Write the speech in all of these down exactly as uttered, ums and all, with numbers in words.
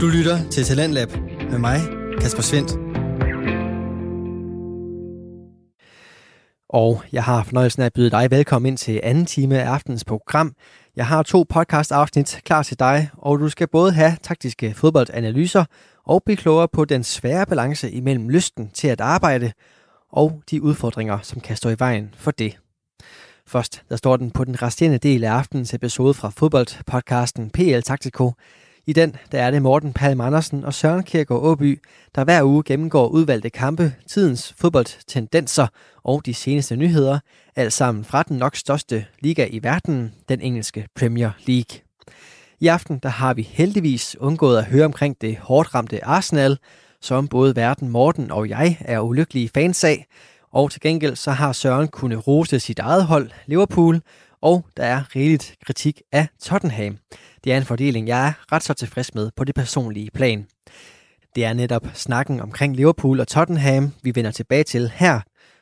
Du lytter til Talentlab med mig, Kasper Svendt. Og jeg har fornøjelsen af at byde dig velkommen ind til anden time af aftens program. Jeg har to podcast-afsnit klar til dig, og du skal både have taktiske fodboldanalyser og blive klogere på den svære balance imellem lysten til at arbejde og de udfordringer, som kan stå i vejen for det. Først, der står den på den resterende del af aftens episode fra fodboldpodcasten P L Taktiko. I den, der er det Morten Palm Andersen og Søren Kierkegaard Åby, der hver uge gennemgår udvalgte kampe, tidens fodboldtendenser og de seneste nyheder, alt sammen fra den nok største liga i verden, den engelske Premier League. I aften, der har vi heldigvis undgået at høre omkring det hårdt ramte Arsenal, som både verden, Morten og jeg er ulykkelige fans af, og til gengæld så har Søren kunnet rose sit eget hold, Liverpool, og der er rigeligt kritik af Tottenham. Det er en fordeling, jeg er ret så tilfreds med på det personlige plan. Det er netop snakken omkring Liverpool og Tottenham, vi vender tilbage til her.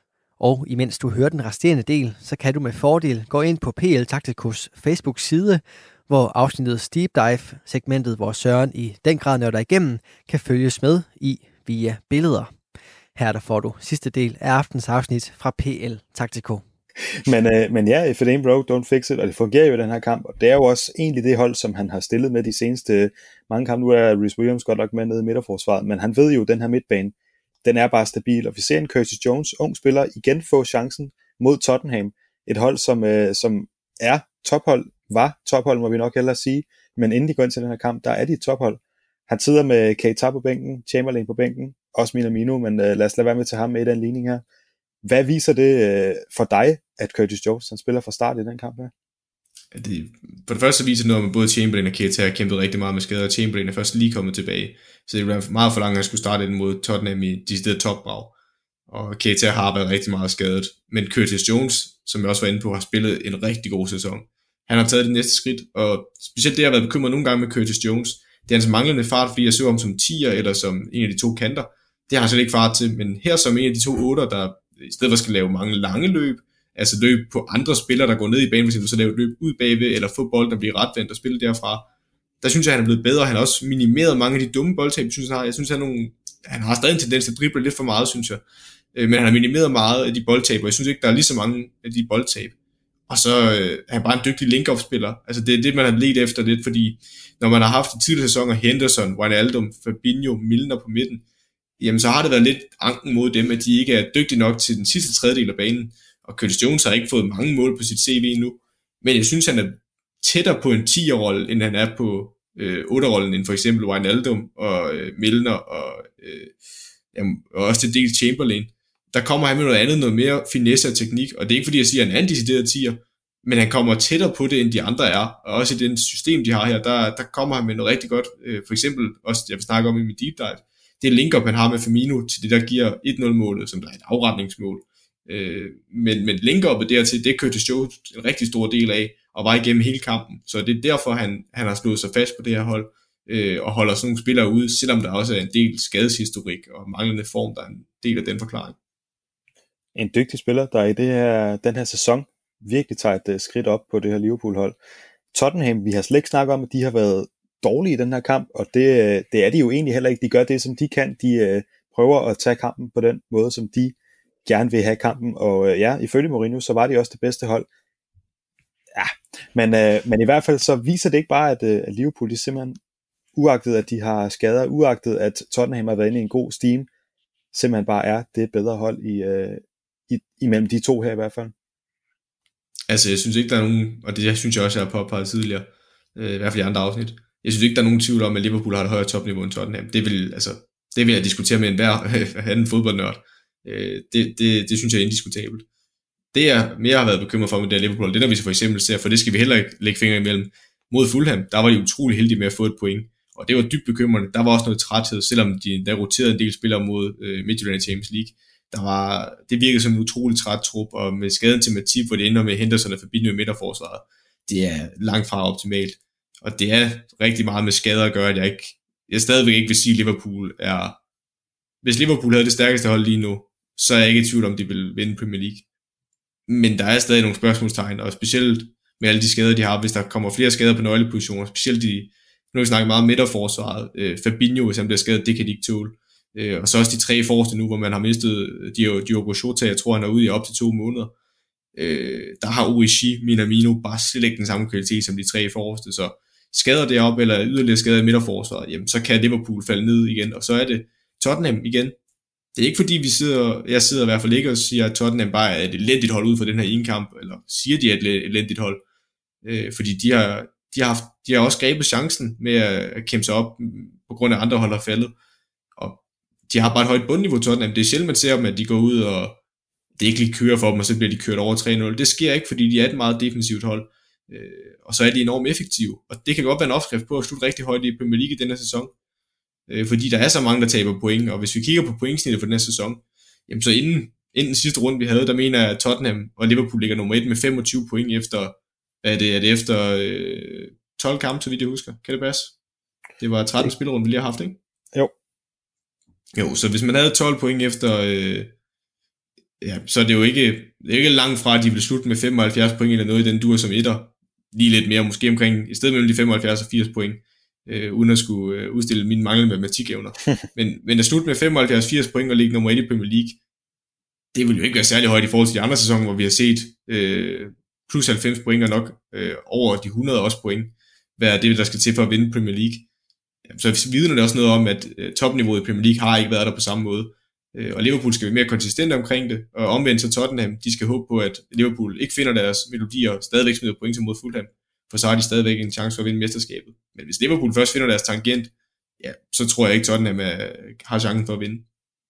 Og imens du hører den resterende del, så kan du med fordel gå ind på P L Taktikos Facebook-side, hvor afsnittets Deep Dive-segmentet, hvor Søren i den grad nørder igennem, kan følges med i via billeder. Her der får du sidste del af aftens afsnit fra P L Taktiko. Men, øh, men ja, if it ain't broke, don't fix it, og det fungerer jo i den her kamp, og det er jo også egentlig det hold, som han har stillet med de seneste mange kampe. Nu er Reece Williams godt nok med nede i midterforsvaret, men han ved jo, at den her midtbane, den er bare stabil, og vi ser en Curtis Jones, ung spiller, igen få chancen mod Tottenham, et hold, som, øh, som er tophold, var tophold, må vi nok hellere sige, men inden de går ind til den her kamp, der er de et tophold. Han sidder med Keita på bænken, Chamberlain på bænken, også Minamino, men øh, lad os lade være med til ham med i den ligning her. Hvad viser det øh, for dig, at Curtis Jones han spiller fra start i den kamp her? Det, for det første viser det noget, at både Chamberlain og Keita har kæmpet rigtig meget med skader, og Chamberlain er først lige kommet tilbage. Så det er meget for langt, at han skulle starte den mod Tottenham i de steder topbrag. Og Keita har været rigtig meget skadet. Men Curtis Jones, som jeg også var inde på, har spillet en rigtig god sæson. Han har taget det næste skridt, og specielt det, jeg har været bekymret nogle gange med Curtis Jones, det er hans manglende fart, fordi jeg så ham som tier eller som en af de to kanter. Det har han slet ikke fart til, men her som en af de to otter, der i stedet for skal lave mange lange løb, altså løb på andre spillere, der går ned i banen, for eksempel så lave løb ud bagved, eller få bolden, der bliver retvendt og spille derfra. Der synes jeg, han er blevet bedre. Han har også minimeret mange af de dumme boldtab, synes jeg, han har. Jeg synes, han, nogle, han har stadig en tendens til at drible lidt for meget, synes jeg. Men han har minimeret meget af de boldtab, og jeg synes ikke, der er lige så mange af de boldtab. Og så øh, er han bare en dygtig link-up-spiller. Altså det er det, man har ledt efter lidt, fordi når man har haft i tidligere sæsoner Henderson, Wijnaldum, Fabinho, Milner på midten, jamen så har det været lidt anken mod dem, at de ikke er dygtige nok til den sidste tredjedel af banen. Og Curtis Jones har ikke fået mange mål på sit C V endnu, men jeg synes, han er tættere på en tier-rolle, end han er på øh, otter-rollen, end for eksempel Wijnaldum og øh, Milner og, øh, jamen, og også til dels Chamberlain. Der kommer han med noget andet, noget mere finesse og teknik, og det er ikke fordi, jeg siger, at han er en decideret tier, men han kommer tættere på det, end de andre er, og også i den system, de har her, der, der kommer han med noget rigtig godt. Øh, for eksempel, også jeg vil snakke om i mit deep dive, det link-up, han har med Firmino til det, der giver et nul-målet, som der er et afretningsmål. Øh, men, men link-upet dertil, det kører til Jones en rigtig stor del af, og var igennem hele kampen. Så det er derfor, han, han har slået sig fast på det her hold, øh, og holder sådan nogle spillere ude, selvom der også er en del skadeshistorik og manglende form, der er en del af den forklaring. En dygtig spiller, der i det her, den her sæson virkelig tager et uh, skridt op på det her Liverpool-hold. Tottenham, vi har slet ikke snakket om, at de har været dårlige i den her kamp, og det, det er de jo egentlig heller ikke. De gør det, som de kan. De øh, prøver at tage kampen på den måde, som de gerne vil have kampen, og øh, ja, ifølge Mourinho, så var de også det bedste hold. Ja, men, øh, men i hvert fald så viser det ikke bare, at, øh, at Liverpool, de simpelthen, uagtet at de har skader, uagtet at Tottenham har været inde i en god steam, simpelthen bare er det bedre hold i, øh, i, imellem de to her i hvert fald. Altså, jeg synes ikke, der er nogen, og det synes jeg også, jeg har påpeget tidligere, øh, i hvert fald i andre afsnit. Jeg synes ikke, der er nogen tvivl om, at Liverpool har et højere topniveau end Tottenham. Det vil, altså, det vil jeg diskutere med enhver anden fodboldnørd. Det, det, det synes jeg er indiskutabelt. Det jeg mere har været bekymret for med det her Liverpool, det der vi så for eksempel ser, for det skal vi heller ikke lægge fingre imellem, mod Fulham, der var de utrolig heldige med at få et point. Og det var dybt bekymrende. Der var også noget træthed, selvom de der roterede en del spillere mod øh, Midtjylland i Champions League. Der var, det virkede som en utrolig træt trup, og med skaden til Matip, hvor det ender med Henderson og Fabinho i midterforsvaret, det er langt fra optimalt. Og det er rigtig meget med skader at gøre, at jeg ikke, jeg stadigvæk ikke vil sige, at Liverpool er, hvis Liverpool havde det stærkeste hold lige nu, så er jeg ikke i tvivl om, de vil vinde Premier League. Men der er stadig nogle spørgsmålstegn, og specielt med alle de skader, de har, hvis der kommer flere skader på nøglepositioner, specielt de, Nu har vi snakket meget om midterforsvaret. Øh, Fabinho, hvis han bliver skadet, det kan de ikke tåle. Øh, og så også de tre forreste nu, hvor man har mistet Diogo Jota, jeg tror han er ude i op til to måneder. Øh, der har Origi, Minamino bare slet ikke den samme kvalitet som de tre forreste, så skader deroppe, eller yderligere skader i midterforsvaret, jamen så kan Liverpool falde ned igen, og så er det Tottenham igen. Det er ikke fordi vi sidder, jeg sidder i hvert fald ikke og siger, at Tottenham bare er et elendigt hold ud for den her ene kamp, eller siger de er et elendigt hold, øh, fordi de har, de, har haft, de har også grebet chancen med at kæmpe sig op, på grund af andre hold har faldet, og de har bare et højt bundniveau Tottenham. Det er sjældent man ser dem, at de går ud og det ikke lige kører for dem, og så bliver de kørt over tre nul. Det sker ikke, fordi de er et meget defensivt hold, øh, og så er de enormt effektive, og det kan godt være en opskrift på at slutte rigtig højt i Premier League i denne sæson, øh, fordi der er så mange, der taber point, og hvis vi kigger på pointsnittet for den her sæson, jamen så inden, inden sidste runde vi havde, der mener jeg, at Tottenham og Liverpool ligger nummer et med femogtyve point efter, hvad er det, er det efter øh, tolv kampe, så vidt jeg husker. Kan det passe? Det var tretten spillerunder, vi lige har haft, ikke? Jo. Jo, så hvis man havde tolv point efter, øh, ja, så er det jo ikke, det er ikke langt fra, at de vil slutte med femoghalvfjerds point eller noget i den dur som etter. Lige lidt mere, måske omkring, i stedet mellem de femoghalvfjerds og firs point, øh, uden at skulle øh, udstille mine manglende matematikevner. men, men at slutte med femoghalvfjerds til firs point og ligge nummer et i Premier League, det vil jo ikke være særlig højt i forhold til de andre sæsoner, hvor vi har set øh, plus halvfems point og nok øh, over de hundrede også point, hvad er det, der skal til for at vinde Premier League. Så vidner det også noget om, at øh, topniveauet i Premier League har ikke været der på samme måde. Øh, og Liverpool skal være mere konsistente omkring det, og omvendt så Tottenham, de skal håbe på, at Liverpool ikke finder deres melodier og stadigvæk smider point mod Fulham, for så har de stadigvæk en chance for at vinde mesterskabet. Men hvis Liverpool først finder deres tangent, ja, så tror jeg ikke, Tottenham er, har chancen for at vinde.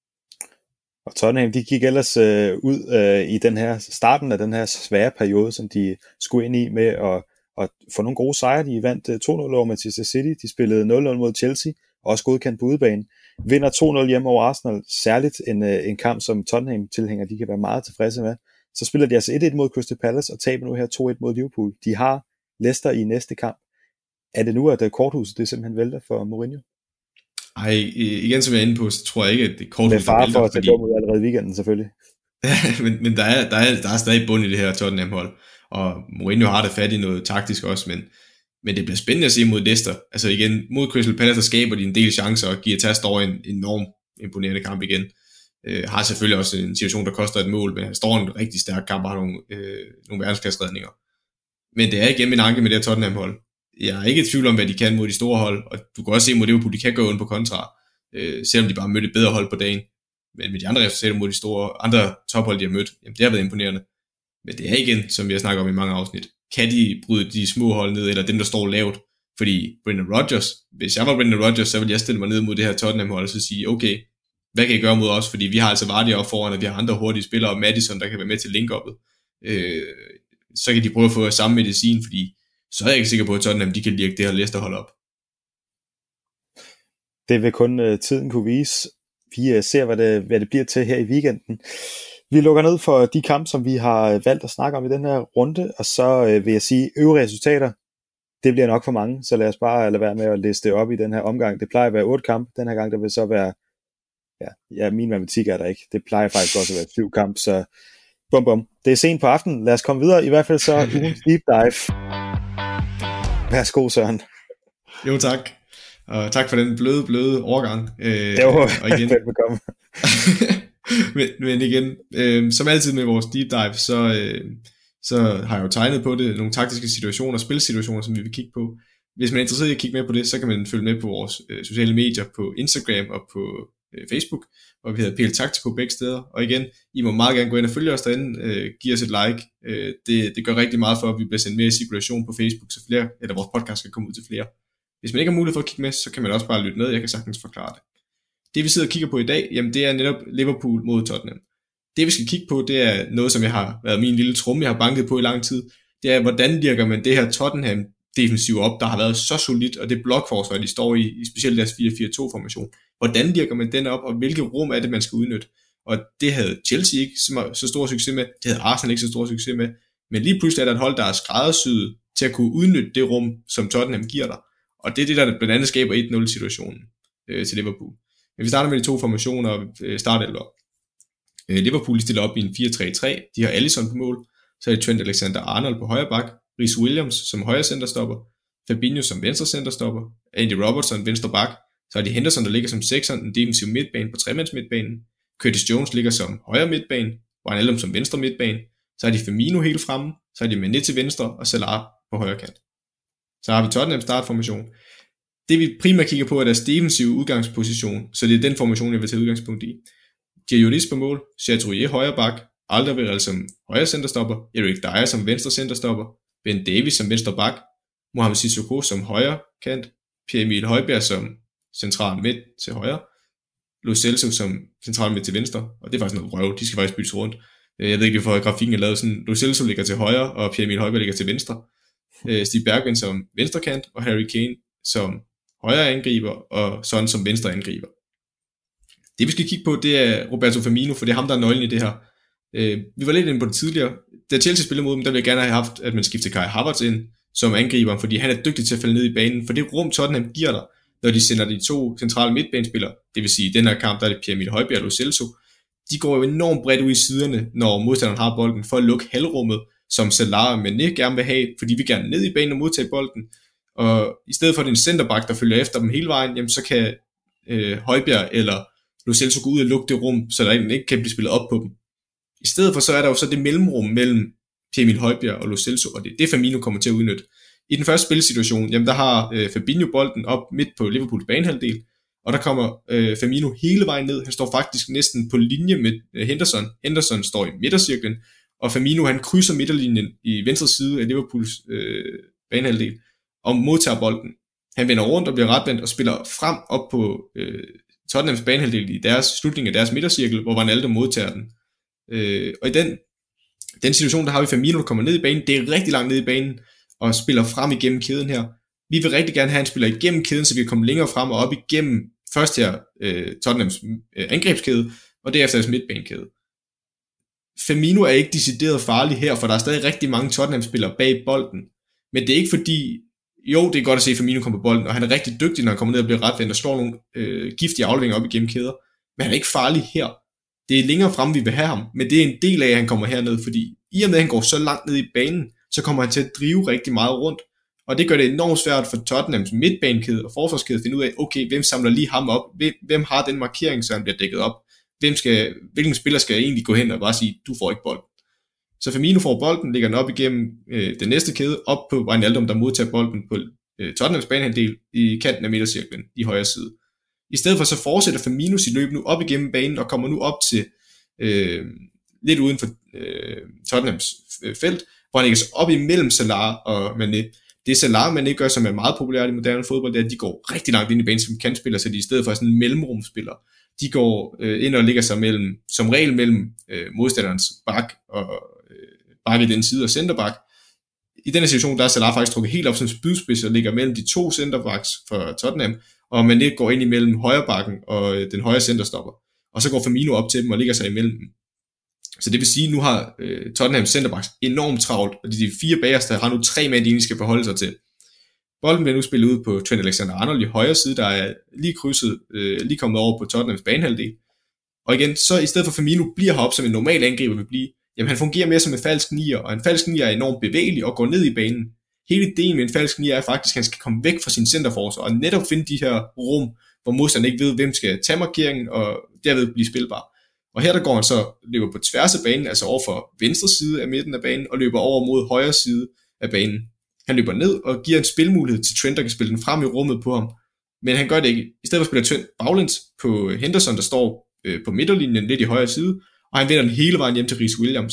Og Tottenham, de gik ellers øh, ud øh, i den her starten af den her svære periode, som de skulle ind i med at, at få nogle gode sejre. De vandt øh, to nul over Manchester City, de spillede nul nul mod Chelsea, og også godkendt på udebane. Vinder to nul hjemme over Arsenal, særligt en, øh, en kamp, som Tottenham-tilhængere de kan være meget tilfredse med. Så spiller de altså et et mod Crystal Palace, og taber nu her to et mod Liverpool. De har Leicester i næste kamp. Er det nu, at korthuset det simpelthen vælter for Mourinho? Ej, igen som jeg er inde på, så tror jeg ikke, at det korthuset vælter. Med far for at tage dum ud allerede i weekenden, selvfølgelig. men men der, er, der, er, der er stadig bund i det her Tottenham-hold, og Mourinho har det fat i noget taktisk også, men, men det bliver spændende at se mod Leicester. Altså igen, mod Crystal Palace, der skaber de en del chancer, og giver Tast over en enorm imponerende kamp igen. Øh, har selvfølgelig også en situation, der koster et mål, men han står en rigtig stærk kamp og har nogle, øh, nogle verdensklasseredninger. Men det er igen min anke med det her Tottenham-hold. Jeg er ikke i tvivl om, hvad de kan mod de store hold, og du kan også se mod Liverpool, de kan gå under på kontra, øh, selvom de bare mødte et bedre hold på dagen. Men med de andre resultater mod de store, andre tophold, de har mødt, jamen det har været imponerende. Men det er igen, som vi har snakket om i mange afsnit, kan de bryde de små hold ned, eller dem, der står lavt? Fordi Brendan Rodgers, hvis jeg var Brendan Rodgers, så ville jeg stille mig ned mod det her Tottenham-hold, og så sige, okay, hvad kan I gøre mod os? Fordi vi har altså Vardy op foran, og vi har andre hurtige spillere, og Madison, der kan være med til link-uppet. Øh, så kan de prøve at få samme medicin, fordi så er jeg ikke sikker på, at Tottenham, de kan lirke det her Leicester hold op. Det vil kun uh, tiden kunne vise. Vi uh, ser, hvad det, hvad det bliver til her i weekenden. Vi lukker ned for de kampe, som vi har valgt at snakke om i den her runde, og så uh, vil jeg sige, øvrige resultater, det bliver nok for mange, så lad os bare lade være med at liste op i den her omgang. Det plejer at være otte kampe, den her gang der vil så være, ja, ja min matematik er der ikke, det plejer faktisk også at være syv kampe, så bum bum. Det er sent på aftenen, lad os komme videre, i hvert fald så ugens deep dive. Værsgo, Søren. Jo, tak. Og tak for den bløde, bløde overgang. Øh, det var og igen. velbekomme. men, men igen, øh, som altid med vores deep dive, så, øh, så har jeg jo tegnet på det, nogle taktiske situationer, spilsituationer, som vi vil kigge på. Hvis man er interesseret i at kigge med på det, så kan man følge med på vores øh, sociale medier, på Instagram og på øh, Facebook, hvor vi hedder P L Taktiko begge steder. Og igen, I må meget gerne gå ind og følge os derinde, øh, give os et like. Øh, det, det gør rigtig meget for, at vi bliver sendt mere i cirkulation på Facebook, så flere, eller vores podcast kan komme ud til flere. Hvis man ikke har mulighed for at kigge med, så kan man også bare lytte med, jeg kan sagtens forklare det. Det vi sidder og kigger på i dag, jamen det er netop Liverpool mod Tottenham. Det vi skal kigge på, det er noget, som jeg har været min lille tromme, jeg har banket på i lang tid. Det er, hvordan virker man det her Tottenham defensiv op, der har været så solidt, og det blokforsvar, de står i, i specielt deres fire fire to formation. Hvordan virker man den op, og hvilke rum er det, man skal udnytte? Og det havde Chelsea ikke så stor succes med, det havde Arsenal ikke så stor succes med, men lige pludselig er der et hold, der er skræddersyet til at kunne udnytte det rum, som Tottenham giver dig. Og det er det, der blandt andet skaber et nul situationen øh, til Liverpool. Men vi starter med de to formationer og øh, startelver. Øh, Liverpool de stiller op i en fire tre tre, de har Alisson på mål, så er det Trent Alexander-Arnold på højre bak, Rhys Williams som højre centerstopper, Fabinho som venstre centerstopper, Andy Robertson, venstre bak, så har de Henderson, der ligger som sekser, en defensiv midtbane på tremands midtbanen, Curtis Jones ligger som højre midtbane, Brian Elm som venstre midtbane, så har de Firmino helt fremme, så har de Mané til venstre, og Salah på højre kant. Så har vi Tottenham startformation. Det vi primært kigger på er deres defensive udgangsposition, så det er den formation, jeg vil tage udgangspunkt i. Dionis på mål, Chateaubriand højre bak, Alderweireld som højre centerstopper, Eric Dyer som venstre centerstopper, Ben Davies som venstre bak, Mohamed Sissoko som højre kant, Pierre-Emil Højbjerg som central midt til højre, Lo Celso som central midt til venstre, og det er faktisk noget røv, de skal faktisk byttes rundt. Jeg ved ikke, hvorfor grafikken er lavet sådan, Lo Celso ligger til højre, og Pierre-Emil Højbjerg ligger til venstre. Steve Bergwijn som venstre kant, og Harry Kane som højre angriber, og Son som venstre angriber. Det vi skal kigge på, det er Roberto Firmino, for det er ham, der er nøglen i det her. Vi var lidt inde på det tidligere. Da Chelsea spillede mod dem, der ville jeg gerne have haft, at man skifter Kai Havertz ind som angriber, fordi han er dygtig til at falde ned i banen, for det rum Tottenham giver dig, når de sender de to centrale midtbanespillere, det vil sige, i den her kamp, der er det Pierre-Emil Højbjerg og Lo Celso, de går jo enormt bredt ud i siderne, når modstanderen har bolden, for at lukke halvrummet, som Salah og Mané gerne vil have, fordi vi gerne ned i banen og modtage bolden, og i stedet for den centerback, der følger efter dem hele vejen, jamen så kan øh, Højbjerg eller Lo Celso gå ud og lukke det rum, så der ikke kan blive spillet op på dem. I stedet for så er der jo så det mellemrum mellem Pierre-Emil Højbjerg og Lo Celso, og det er det Firmino kommer til at udnytte. I den første spilsituation, jamen der har øh, Fabinho bolden op midt på Liverpools banehalvdel, og der kommer øh, Firmino hele vejen ned. Han står faktisk næsten på linje med øh, Henderson. Henderson står i midtercirklen, og Firmino han krydser midterlinjen i venstre side af Liverpools øh, banehalvdel og modtager bolden. Han vender rundt og bliver retvendt og spiller frem op på øh, Tottenhams banehalvdel i deres slutning af deres midtercirkel, hvor Wijnaldum modtager den. Øh, og i den, den situation, der har vi Firmino, der kommer ned i banen. Det er rigtig langt ned i banen og spiller frem igennem kæden her. Vi vil rigtig gerne have en spiller igennem kæden, så vi kan komme længere frem og op igennem først her øh, Tottenhams øh, angrebskæde, og derefter deres midtbanekæde. Firmino er ikke decideret farlig her, for der er stadig rigtig mange Tottenham-spillere bag bolden. Men det er ikke fordi, jo, det er godt at se Firmino komme på bolden, og han er rigtig dygtig, når han kommer ned og bliver retvendt og slår nogle øh, giftige afleveringer op igennem kæder. Men han er ikke farlig her. Det er længere frem, vi vil have ham, men det er en del af, at han kommer herned, fordi i og med, at han går så langt ned i banen, så kommer han til at drive rigtig meget rundt. Og det gør det enormt svært for Tottenhams midtbanekæde og forsvarskæde at finde ud af, okay, hvem samler lige ham op? Hvem, hvem har den markering, så han bliver dækket op? Hvem skal, hvilken spiller skal egentlig gå hen og bare sige, du får ikke bolden? Så Firmino får bolden, lægger den op igennem øh, den næste kæde, op på Wijnaldum, der modtager bolden på øh, Tottenhams banehalvdel i kanten af midtercirklen i højre side. I stedet for så fortsætter Firmino sit løb nu op igennem banen og kommer nu op til øh, lidt uden for øh, Tottenhams øh, felt, hvor han ligger op imellem Salah og Mané. Det Salah og Mané gør, som er meget populært i moderne fodbold, det er, at de går rigtig langt ind i banen som kantspillere, så de i stedet for sådan en mellemrumspiller, de går øh, ind og ligger sig mellem, som regel mellem øh, modstanderens bak og øh, bak i den side og centerbak. I denne situation, der er Salah faktisk trukket helt op som spydspids og ligger mellem de to centerbacks for Tottenham, og Mané går ind imellem højrebakken og øh, den højre centerstopper. Og så går Firmino op til dem og ligger sig imellem dem. Så det vil sige, at nu har øh, Tottenhams centerbacks enormt travlt, og de fire bagerste har nu tre mand, de egentlig skal forholde sig til. Bolden bliver nu spillet ud på Trent Alexander-Arnold i højre side, der er lige krydset, øh, lige kommet over på Tottenhams banehalvdel. Og igen, så i stedet for Firmino bliver heroppe, som en normal angriber vil blive, jamen han fungerer mere som en falsk nier, og en falsk nier er enormt bevægelig og går ned i banen. Hele ideen med en falsk nier er faktisk, at han skal komme væk fra sin centerforsvar og netop finde de her rum, hvor modstanderen ikke ved, hvem skal tage markeringen og derved blive spilbar. Og her der går han så, løber på tværs af banen, altså over for venstre side af midten af banen, og løber over mod højre side af banen. Han løber ned og giver en spilmulighed til Trent, der kan spille den frem i rummet på ham. Men han gør det ikke. I stedet for spiller Trent baglæns på Henderson, der står øh, på midterlinjen lidt i højre side, og han vender den hele vejen hjem til Reece Williams.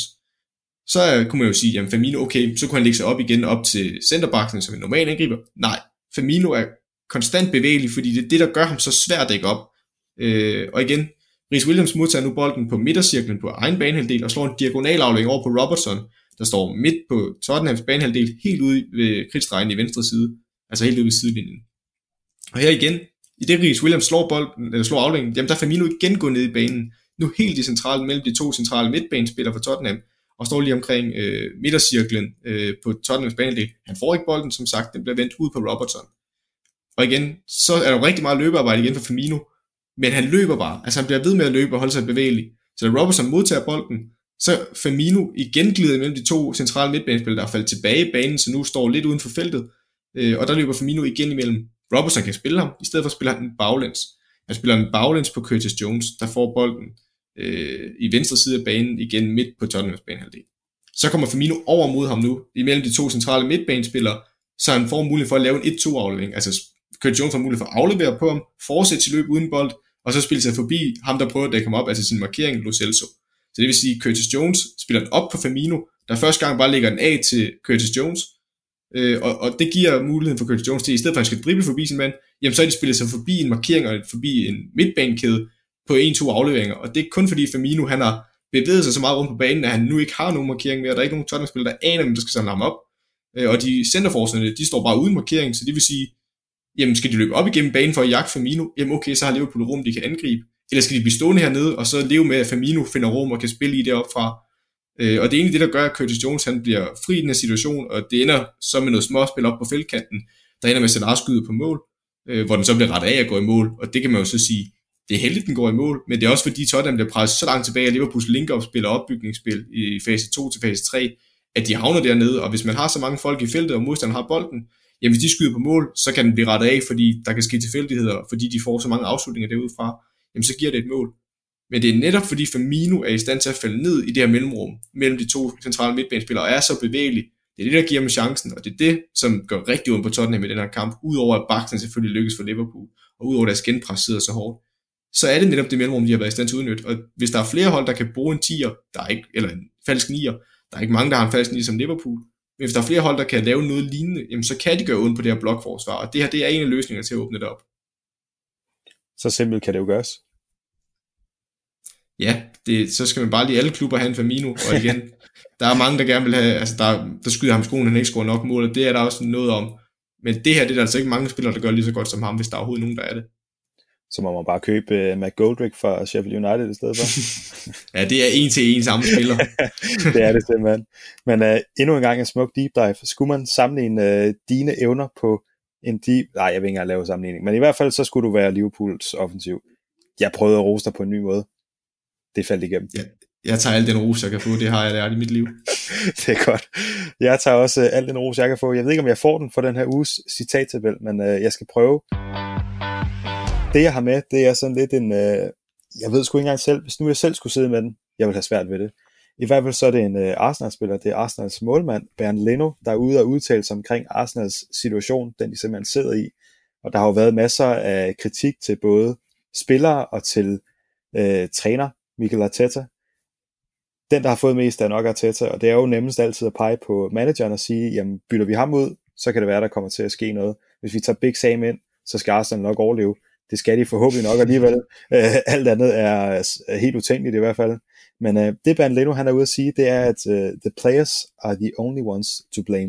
Så øh, kunne man jo sige, jamen Firmino, okay, så kunne han lægge sig op igen op til centerbacken som en normal angriber. Nej, Firmino er konstant bevægelig, fordi det er det, der gør ham så svært at dække op. Øh, og igen, Reece Williams modtager nu bolden på midtercirklen på egen banehalvdel og slår en diagonal aflevering over på Robertson, der står midt på Tottenhams banehalvdel, helt ude ved kridtstregen i venstre side, altså helt ude ved sidelinjen. Og her igen, i det Reece Williams slår bolden, eller slår afleveringen, jamen der er Firmino igen gået ned i banen, nu helt i centralen mellem de to centrale midtbanespillere for Tottenham, og står lige omkring øh, midtercirklen øh, på Tottenhams banehalvdel. Han får ikke bolden, som sagt, den bliver vendt ud på Robertson. Og igen, så er der rigtig meget løbearbejde igen for Firmino, men han løber bare, altså han bliver ved med at løbe og holde sig bevægelig. Så da Robertson modtager bolden, så Firmino igen glider mellem de to centrale midtbanespillere, der er faldet tilbage i banen, så nu står lidt uden for feltet, øh, og der løber Firmino igen imellem Robertson kan spille ham, i stedet for spiller han en baglæns. Han spiller en baglæns på Curtis Jones, der får bolden øh, i venstre side af banen, igen midt på Tottenhams banehalvdel. Så kommer Firmino over mod ham nu, imellem de to centrale midtbanespillere, så han får mulighed for at lave en et to aflevering. Altså Curtis Jones får mulighed for at aflevere på ham, fortsætte sit løb uden bold, og så spille sig forbi ham, der prøver at dække ham op, altså sin markering, Lo Celso. Så det vil sige, at Curtis Jones spiller den op på Firmino, der første gang bare lægger den af til Curtis Jones, øh, og, og det giver muligheden for Curtis Jones til, i stedet for at han skal drible forbi sin mand, jamen så er de spillet sig forbi en markering og forbi en midtbanekæde på en to afleveringer, og det er kun fordi Firmino, han har bevæget sig så meget rundt på banen, at han nu ikke har nogen markering mere, der er ikke nogen Tottenham-spillere, der aner, hvem der skal samle ham op, øh, og de centerforsvarerne, de står bare uden markering, så det vil sige, jamen skal de løbe op igennem banen for at jagte Firmino, jamen okay, så har Liverpool rum, de kan angribe, eller skal de blive stående hernede, og så leve med, at Firmino finder rum og kan spille i det opfra. Øh, og det er egentlig det, der gør, at Curtis Jones han bliver fri i den her situation, og det ender så med noget småspil op på feltkanten, der ender med Salah skyde på mål, øh, hvor den så bliver rettet af at gå i mål, og det kan man jo så sige, det er heldigt, den går i mål, men det er også fordi Tottenham bliver presset så langt tilbage, at Liverpools link-up-spil og opbygningsspil i fase to til fase tre, at de havner dernede, og hvis man har så mange folk i feltet, og modstanderen har bolden, jamen hvis de skyder på mål, så kan den blive rettet af, fordi der kan ske tilfældigheder, fordi de får så mange afslutninger derudfra, jamen så giver det et mål. Men det er netop fordi Firmino er i stand til at falde ned i det her mellemrum, mellem de to centrale midtbanespillere, og er så bevægelig. Det er det, der giver dem chancen, og det er det, som gør rigtig ondt på Tottenham i den her kamp, udover at Bakten selvfølgelig lykkes for Liverpool, og udover at deres genpres sidder så hårdt. Så er det netop det mellemrum, de har været i stand til at udnytte. Og hvis der er flere hold, der kan bruge en tier, der er ikke, eller en falsk nier, der er ikke mange, der har en falsk nier som Liverpool, men hvis der er flere hold, der kan lave noget lignende, jamen så kan de gøre ondt på det her blokforsvar, og det her det er en af løsningerne til at åbne det op. Så simpelt kan det jo gøres. Ja, det, så skal man bare lige alle klubber have en Firmino, og igen, der er mange, der gerne vil have, altså der, der skyder ham skoen, han ikke scorer nok mål, og det er der også noget om. Men det her, det er der altså ikke mange spillere, der gør lige så godt som ham, hvis der er overhovedet nogen, der er det. Så må man bare købe uh, McGoldrick fra Sheffield United i stedet for. Ja, det er en til en samme spiller. Det er det simpelthen. Men uh, endnu en gang en smuk deep dive. Skulle man sammenligne uh, dine evner på en deep... Nej, jeg vil ikke engang lave sammenligning. Men i hvert fald, så skulle du være Liverpools offensiv. Jeg prøvede at rose dig på en ny måde. Det faldt igennem. Ja, jeg tager al den ros, jeg kan få. Det har jeg lært i mit liv. Det er godt. Jeg tager også uh, al den ros, jeg kan få. Jeg ved ikke, om jeg får den for den her uges citattabel, men uh, jeg skal prøve. Det jeg har med, det er sådan lidt en, øh, jeg ved sgu ikke engang selv, hvis nu jeg selv skulle sidde med den, jeg vil have svært ved det. I hvert fald så er det en øh, Arsenal-spiller, det er Arsenals målmand, Bernd Leno, der er ude og udtale sig omkring Arsenals situation, den de simpelthen sidder i. Og der har jo været masser af kritik til både spillere og til øh, træner, Mikel Arteta. Den, der har fået mest, er nok Arteta, og det er jo nemmest altid at pege på manageren og sige, jamen bytter vi ham ud, så kan det være, der kommer til at ske noget. Hvis vi tager Big Sam ind, så skal Arsenal nok overleve. Det skal de forhåbentlig nok alligevel. Uh, alt andet er helt utænkeligt i hvert fald. Men uh, det Bernd Leno han er ude at sige, det er, at uh, the players are the only ones to blame.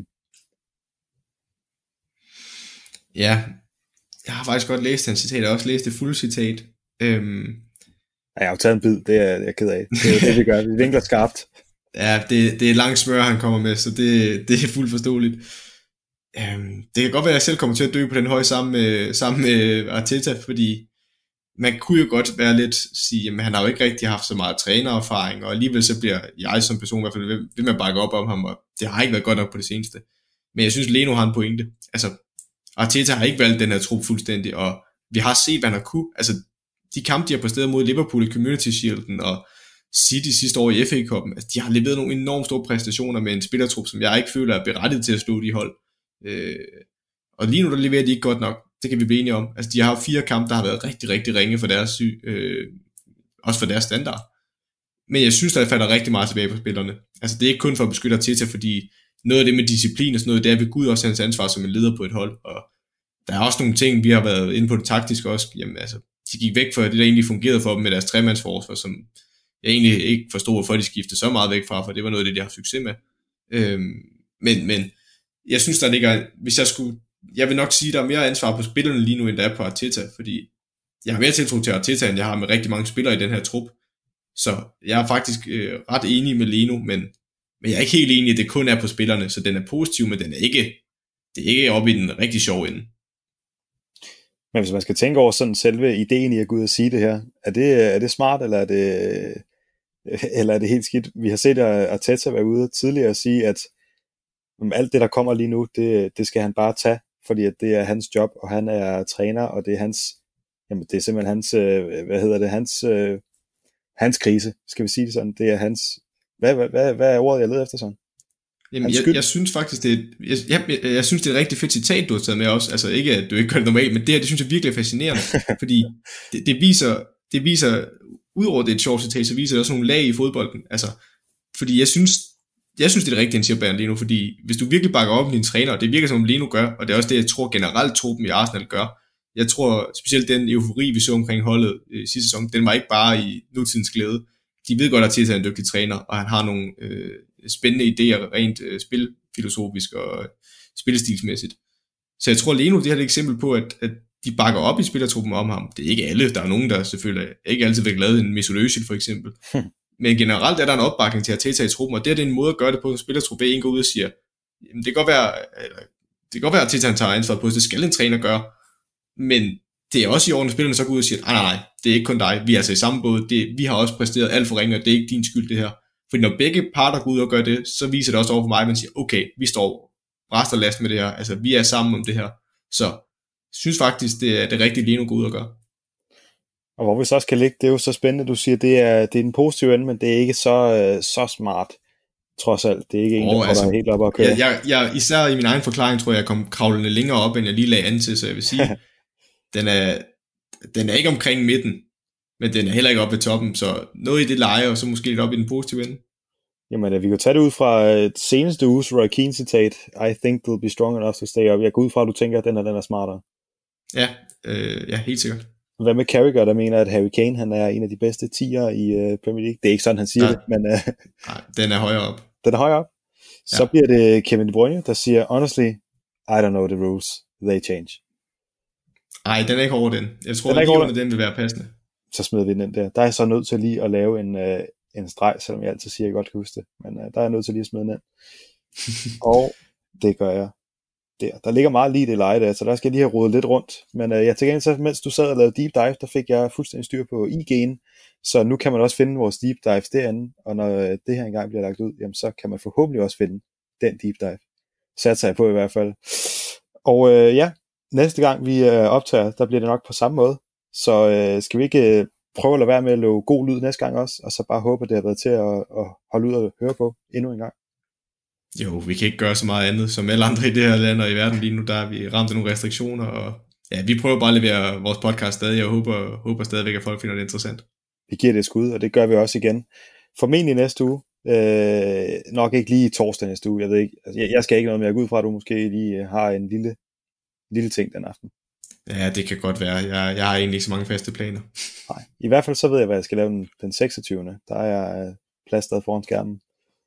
Ja, jeg har faktisk godt læst den citat, jeg har også læst det fulde citat. Øhm... Ja, jeg har jo taget en bid, det er jeg er ked af. Det er det, vi gør. Vi vinkler skarpt. Ja, det, det er langt smør, han kommer med, så det, det er fuldt forståeligt. Um, det kan godt være, at jeg selv kommer til at dø på den høje sammen med, sammen med Arteta, fordi man kunne jo godt være lidt sige, at han har jo ikke rigtig haft så meget trænererfaring, og alligevel så bliver jeg som person i hvert fald ved med at bakke op om ham, og det har ikke været godt nok på det seneste. Men jeg synes, Leno har en pointe. Altså, Arteta har ikke valgt den her trup fuldstændig, og vi har set, hvad han har kunne. Altså, de kampe, de har præsteret mod Liverpool i Community Shielden, og City sidste år i F A Cup'en, altså, de har leveret nogle enormt store præstationer med en spillertrup, som jeg ikke føler er berettiget til at slå de hold. Øh, og lige nu der leverer de ikke godt nok. Det kan vi blive enige om. Altså de har jo fire kampe, der har været rigtig, rigtig ringe for deres øh, også for deres standard. Men jeg synes, der falder rigtig meget tilbage på spillerne. Altså det er ikke kun for at beskytte Arteta, fordi noget af det med disciplin og sådan noget, det er ved Gud også hans ansvar som en leder på et hold. Og der er også nogle ting, vi har været inde på det taktiske også. Jamen altså, de gik væk fra det, der egentlig fungerede for dem med deres tremandsforsvar, som jeg egentlig ikke forstod, hvorfor de skiftede så meget væk fra, for det var noget af det, de har succes med. Øh, men, men jeg synes, der ligger, hvis jeg skulle, jeg vil nok sige, der er mere ansvar på spillerne lige nu, end der er på Arteta, fordi jeg har mere tiltro til Arteta, end jeg har med rigtig mange spillere i den her trup. Så jeg er faktisk øh, ret enig med Leno, men, men jeg er ikke helt enig, at det kun er på spillerne, så den er positiv, men den er ikke, det er ikke oppe i den rigtig sjove ende. Men hvis man skal tænke over sådan selve ideen i at gå ud og sige det her, er det, er det smart, eller er det, eller er det helt skidt? Vi har set Arteta være ude tidligere og sige, at alt det, der kommer lige nu, det, det skal han bare tage, fordi at det er hans job, og han er træner, og det er hans, jamen det er simpelthen hans, øh, hvad hedder det, hans, øh, hans krise, skal vi sige det sådan, det er hans, hvad, hvad, hvad, hvad er ordet, jeg leder efter sådan? Jamen, jeg, jeg synes faktisk, det er, jeg, jeg, jeg, jeg synes, det er et rigtig fedt citat, du har taget med også, altså ikke, at du ikke gør det normalt, men det her, det synes jeg virkelig er fascinerende, fordi det, det viser, det viser, udover det er et sjovt citat, så viser det også nogle lag i fodbolden, altså, fordi jeg synes, jeg synes, det er det rigtige, han siger, Bernd Leno, fordi hvis du virkelig bakker op om din træner, og det virker som Leno gør, og det er også det, jeg tror generelt truppen i Arsenal gør, jeg tror specielt den eufori, vi så omkring holdet øh, sidste sæson, den var ikke bare i nutidens glæde. De ved godt, at Arteta er en dygtig træner, og han har nogle øh, spændende idéer, rent øh, spilfilosofisk og øh, spillestilsmæssigt. Så jeg tror, Leno, det her er et eksempel på, at, at de bakker op i spillertruppen om ham. Det er ikke alle, der er nogen, der selvfølgelig ikke altid vil glade en Mesut Özil for eksempel. Hmm. Men generelt er der en opbakning til Arteta i truppen, og det er en måde at gøre det på, at spillertruppen en går ud og siger, jamen, det kan godt være, det kan godt være, at Arteta tager ansvar på, det skal en træner gøre, men det er også i orden, at spillerne så går ud og siger, nej, nej, nej, det er ikke kun dig, vi er altså i samme båd, det, vi har også præsteret alt for ringe, og det er ikke din skyld det her. Fordi når begge parter går ud og gør det, så viser det også over for mig, at man siger, okay, vi står bræst og last med det her, altså vi er sammen om det her. Så jeg synes faktisk, det er det rigtige, Leno går ud og gør. Og hvor vi så skal ligge, det er jo så spændende, du siger, det er, det er den positive ende, men det er ikke så, så smart, trods alt. Det er ikke en, der oh, altså, helt op og køre. Jeg, jeg, jeg, især i min egen forklaring, tror jeg, jeg kom kravlende længere op, end jeg lige lagde an til, så jeg vil sige, den er, den er ikke omkring midten, men den er heller ikke oppe ved toppen, så noget i det leje, og så måske lidt op i den positive ende. Jamen, vi kan tage det ud fra et seneste uges Roy Keane citat, I think they'll be strong enough to stay up. Jeg går ud fra, at du tænker, at den er, den er smartere. Ja, øh, ja, helt sikkert. Hvad med Carragher, der mener, at Harry Kane, han er en af de bedste tiere i uh, Premier League? Det er ikke sådan, han siger ja. det, men... Uh, Nej, den er højere op. Den er højere op. Så ja. bliver det Kevin De Bruyne, der siger, honestly, I don't know the rules, they change. Nej, den er ikke over den. Jeg tror, at lige den vil være passende. Så smider vi den der. Der er jeg så nødt til lige at lave en, uh, en streg, selvom jeg altid siger, at jeg godt kan huske det. Men uh, der er jeg nødt til lige at smide den ind. Og det gør jeg. Der. Der ligger meget lige det leje der, så der skal jeg lige have rodet lidt rundt. Men uh, jeg tænker ind, så mens du sad og lavede deep dive, der fik jeg fuldstændig styr på I G'en. Så nu kan man også finde vores deep dives derinde. Og når uh, det her engang bliver lagt ud, jamen, så kan man forhåbentlig også finde den deep dive. Satser jeg på i hvert fald. Og uh, ja, næste gang vi uh, optager, der bliver det nok på samme måde. Så uh, skal vi ikke uh, prøve at lade være med at lave god lyd næste gang også, og så bare håbe, at det har været til at, at holde ud og høre på endnu en gang. Jo, vi kan ikke gøre så meget andet, som alle andre i det her land og i verden lige nu, der er vi ramt af nogle restriktioner, og ja, vi prøver bare at levere vores podcast stadig, og håber, håber stadigvæk, at folk finder det interessant. Vi giver det et skud, og det gør vi også igen. Formentlig næste uge, øh, nok ikke lige torsdag næste uge, jeg ved ikke, altså, jeg, jeg skal ikke noget, men jeg går ud fra, at du måske lige har en lille, lille ting den aften. Ja, det kan godt være. Jeg, jeg har egentlig ikke så mange faste planer. Nej, i hvert fald så ved jeg, hvad jeg skal lave den, den seksogtyvende Der er jeg plastret foran skærmen.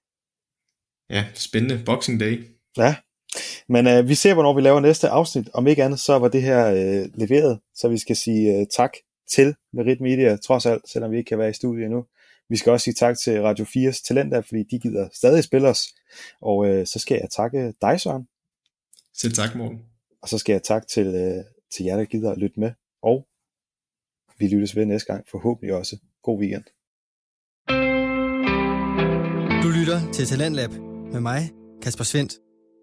Ja, spændende. Boxing Day. Ja, men øh, vi ser, hvornår vi laver næste afsnit. Om ikke andet, så var det her øh, leveret, så vi skal sige øh, tak til Merit Media, trods alt, selvom vi ikke kan være i studiet endnu. Vi skal også sige tak til Radio fires Talenter, fordi de gider stadig spille os. Og øh, så skal jeg takke dig, Søren. Selv tak, Morten. Og så skal jeg takke til, øh, til jer, der gider at lytte med. Og vi lyttes ved næste gang, forhåbentlig også. God weekend. Du lytter til Talentlab med mig, Kasper Svendt.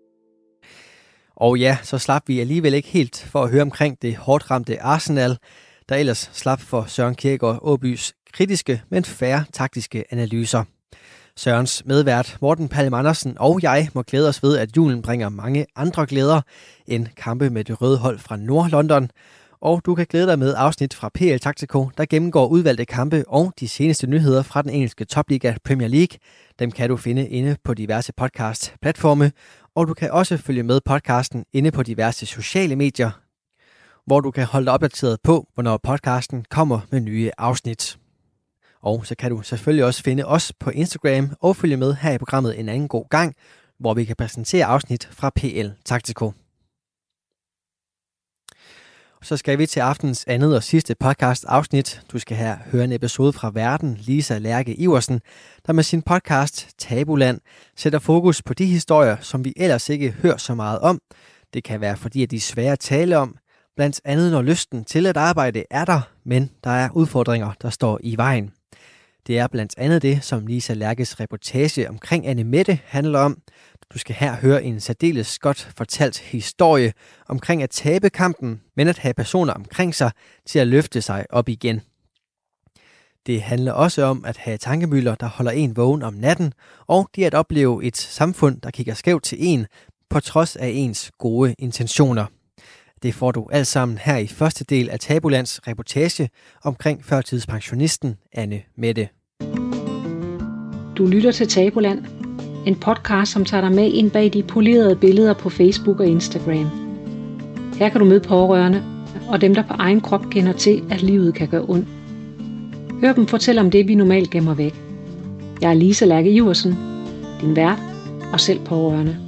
Og ja, så slap vi alligevel ikke helt for at høre omkring det hårdt ramte Arsenal, der ellers slap for Søren Kjærgaard Åbys kritiske, men fair taktiske analyser. Sørens medvært Morten Palm Andersen og jeg må glæde os ved, at julen bringer mange andre glæder end kampe med det røde hold fra Nord-London. Og du kan glæde dig med afsnit fra P L Taktiko, der gennemgår udvalgte kampe og de seneste nyheder fra den engelske topliga Premier League. Dem kan du finde inde på diverse podcast-platforme, og du kan også følge med podcasten inde på diverse sociale medier, hvor du kan holde dig opdateret på, hvornår podcasten kommer med nye afsnit. Og så kan du selvfølgelig også finde os på Instagram og følge med her i programmet en anden god gang, hvor vi kan præsentere afsnit fra P L Taktiko. Så skal vi til aftens andet og sidste podcast afsnit. Du skal her høre en episode fra værten Lisa Lærke Iversen, der med sin podcast Tabuland sætter fokus på de historier, som vi ellers ikke hører så meget om. Det kan være fordi, at de er svære at tale om, blandt andet når lysten til at arbejde er der, men der er udfordringer, der står i vejen. Det er blandt andet det, som Lisa Lærkes reportage omkring Anne Mette handler om. Du skal her høre en særdeles godt fortalt historie omkring at tabe kampen, men at have personer omkring sig til at løfte sig op igen. Det handler også om at have tankemøller, der holder en vågen om natten, og det at opleve et samfund, der kigger skævt til en, på trods af ens gode intentioner. Det får du alt sammen her i første del af Tabulands reportage omkring førtidspensionisten Anne Mette. Du lytter til Tabuland, en podcast, som tager dig med ind bag de polerede billeder på Facebook og Instagram. Her kan du møde pårørende og dem, der på egen krop kender til, at livet kan gøre ondt. Hør dem fortælle om det, vi normalt gemmer væk. Jeg er Lisa Lærke Iversen, din vært og selv pårørende.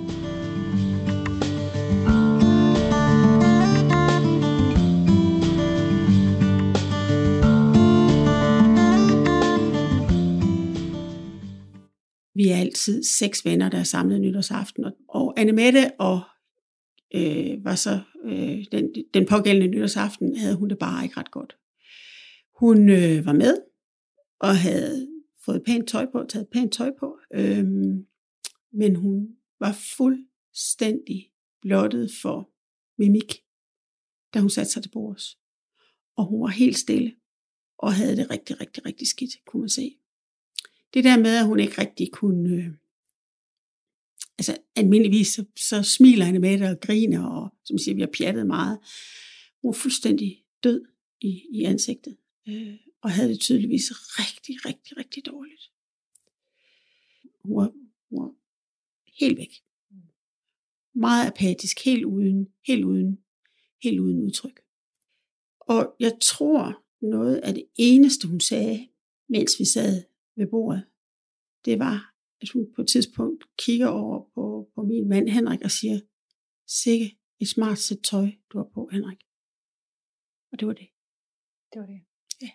Vi er altid seks venner, der er samlet nytårsaften, og Anne Mette og øh, var så øh, den, den pågældende nytårsaften havde hun det bare ikke ret godt. Hun øh, var med og havde fået pænt tøj på, taget pænt tøj på, øh, men hun var fuldstændig blottet for mimik, da hun satte sig til bords. Og hun var helt stille og havde det rigtig, rigtig, rigtig skidt, kunne man se. Det der med, at hun ikke rigtig kunne, øh, altså almindeligvis, så, så smiler Anne Mette og griner, og som siger, vi har pjattet meget. Hun var fuldstændig død i, i ansigtet, øh, og havde det tydeligvis rigtig, rigtig, rigtig dårligt. Hun var, hun var helt væk. Meget apatisk, helt uden, helt uden, helt uden udtryk. Og jeg tror, noget af det eneste, hun sagde, mens vi sad ved bordet, det var, at hun på et tidspunkt kigger over på, på min mand Henrik og siger, sikke et smart sæt tøj, du har på, Henrik. Og det var det. Det var det. Ja.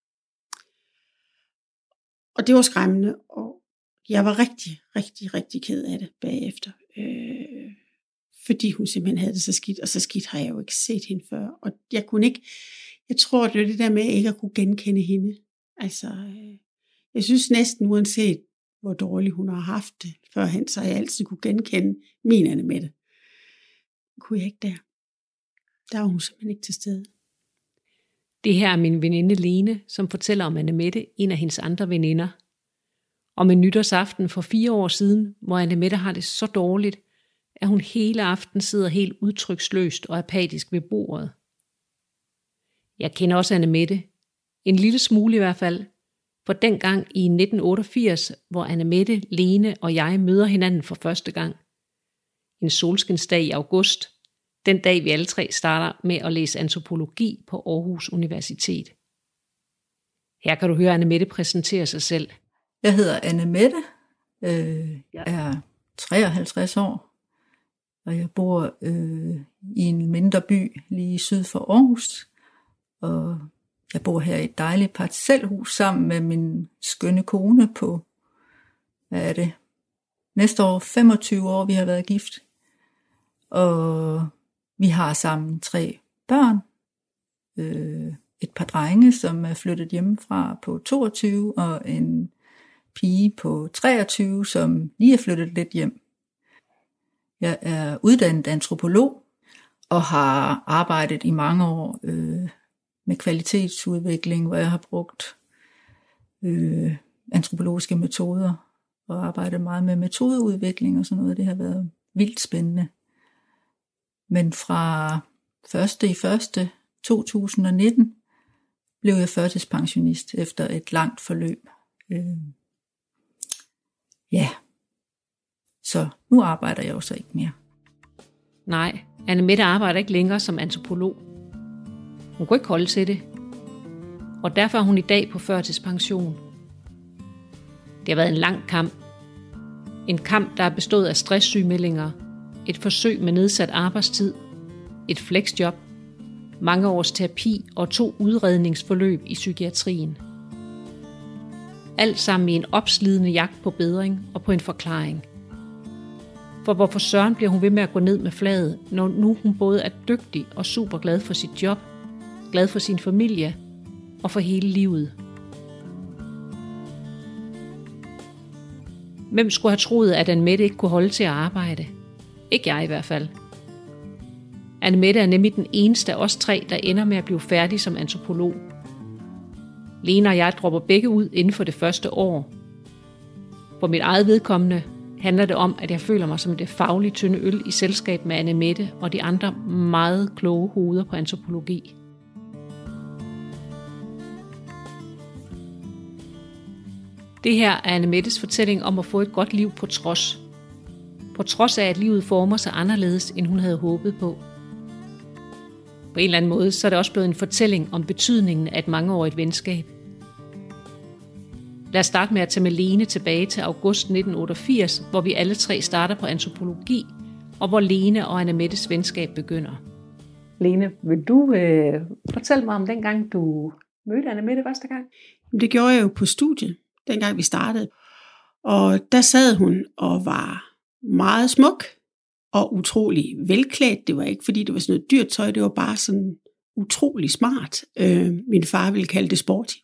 Og det var skræmmende, og jeg var rigtig, rigtig, rigtig ked af det bagefter. Øh, fordi hun simpelthen havde det så skidt, og så skidt har jeg jo ikke set hende før. Og jeg kunne ikke, jeg tror, det var det der med ikke at kunne genkende hende. Altså, øh, jeg synes næsten uanset, hvor dårlig hun har haft det førhen, så jeg altid kunne genkende min Anne Mette. Kunne jeg ikke der. Der var hun simpelthen ikke til stede. Det her er min veninde Lene, som fortæller om Anne Mette, en af hendes andre veninder. Om en nytårsaften for fire år siden, hvor Anne Mette har det så dårligt, at hun hele aften sidder helt udtryksløst og apatisk ved bordet. Jeg kender også Anne Mette. En lille smule i hvert fald. For dengang i nitten otteogfirs, hvor Anne Mette, Lene og jeg møder hinanden for første gang. En solskinsdag i august, den dag vi alle tre starter med at læse antropologi på Aarhus Universitet. Her kan du høre Anne Mette præsentere sig selv. Jeg hedder Anne Mette, øh, jeg er treoghalvtreds år, og jeg bor øh, i en mindre by lige syd for Aarhus, og jeg bor her i et dejligt parcelhus sammen med min skønne kone på, hvad er det, næste år femogtyve år, vi har været gift. Og vi har sammen tre børn. Øh, et par drenge, som er flyttet hjemmefra på toogtyve, og en pige på treogtyve, som lige er flyttet lidt hjem. Jeg er uddannet antropolog og har arbejdet i mange år øh, med kvalitetsudvikling, hvor jeg har brugt øh, antropologiske metoder og arbejdet meget med metodeudvikling og sådan noget. Det har været vildt spændende. Men fra første i første to tusind og nitten blev jeg førtidspensionist efter et langt forløb. Øh, ja, så nu arbejder jeg jo så ikke mere. Nej, Anne Mette arbejder ikke længere som antropolog. Hun kunne ikke holde til det. Og derfor er hun i dag på førtidspension. Det har været en lang kamp. En kamp, der er bestået af stresssygemeldinger, et forsøg med nedsat arbejdstid, et flexjob, mange års terapi og to udredningsforløb i psykiatrien. Alt sammen i en opslidende jagt på bedring og på en forklaring. For hvorfor søren bliver hun ved med at gå ned med flaget, når nu hun både er dygtig og super glad for sit job, glad for sin familie og for hele livet. Hvem skulle have troet, at Annemette ikke kunne holde til at arbejde? Ikke jeg i hvert fald. Annemette er nemlig den eneste af os tre, der ender med at blive færdig som antropolog. Lene og jeg dropper begge ud inden for det første år. For mit eget vedkommende handler det om, at jeg føler mig som det faglige tynde øl i selskab med Annemette og de andre meget kloge hoveder på antropologi. Det her er Annemettes fortælling om at få et godt liv på trods. På trods af, at livet former sig anderledes, end hun havde håbet på. På en eller anden måde, så er det også blevet en fortælling om betydningen af et mangeårigt venskab. Lad os starte med at tage med Lene tilbage til august nitten otteogfirs, hvor vi alle tre starter på antropologi, og hvor Lene og Annemettes venskab begynder. Lene, vil du øh, fortælle mig om dengang, du mødte Annemette første gang? Det gjorde jeg jo på studiet, dengang vi startede. Og der sad hun og var meget smuk og utrolig velklædt. Det var ikke, fordi det var sådan noget dyrt tøj, det var bare sådan utrolig smart. Øh, min far ville kalde det sporty.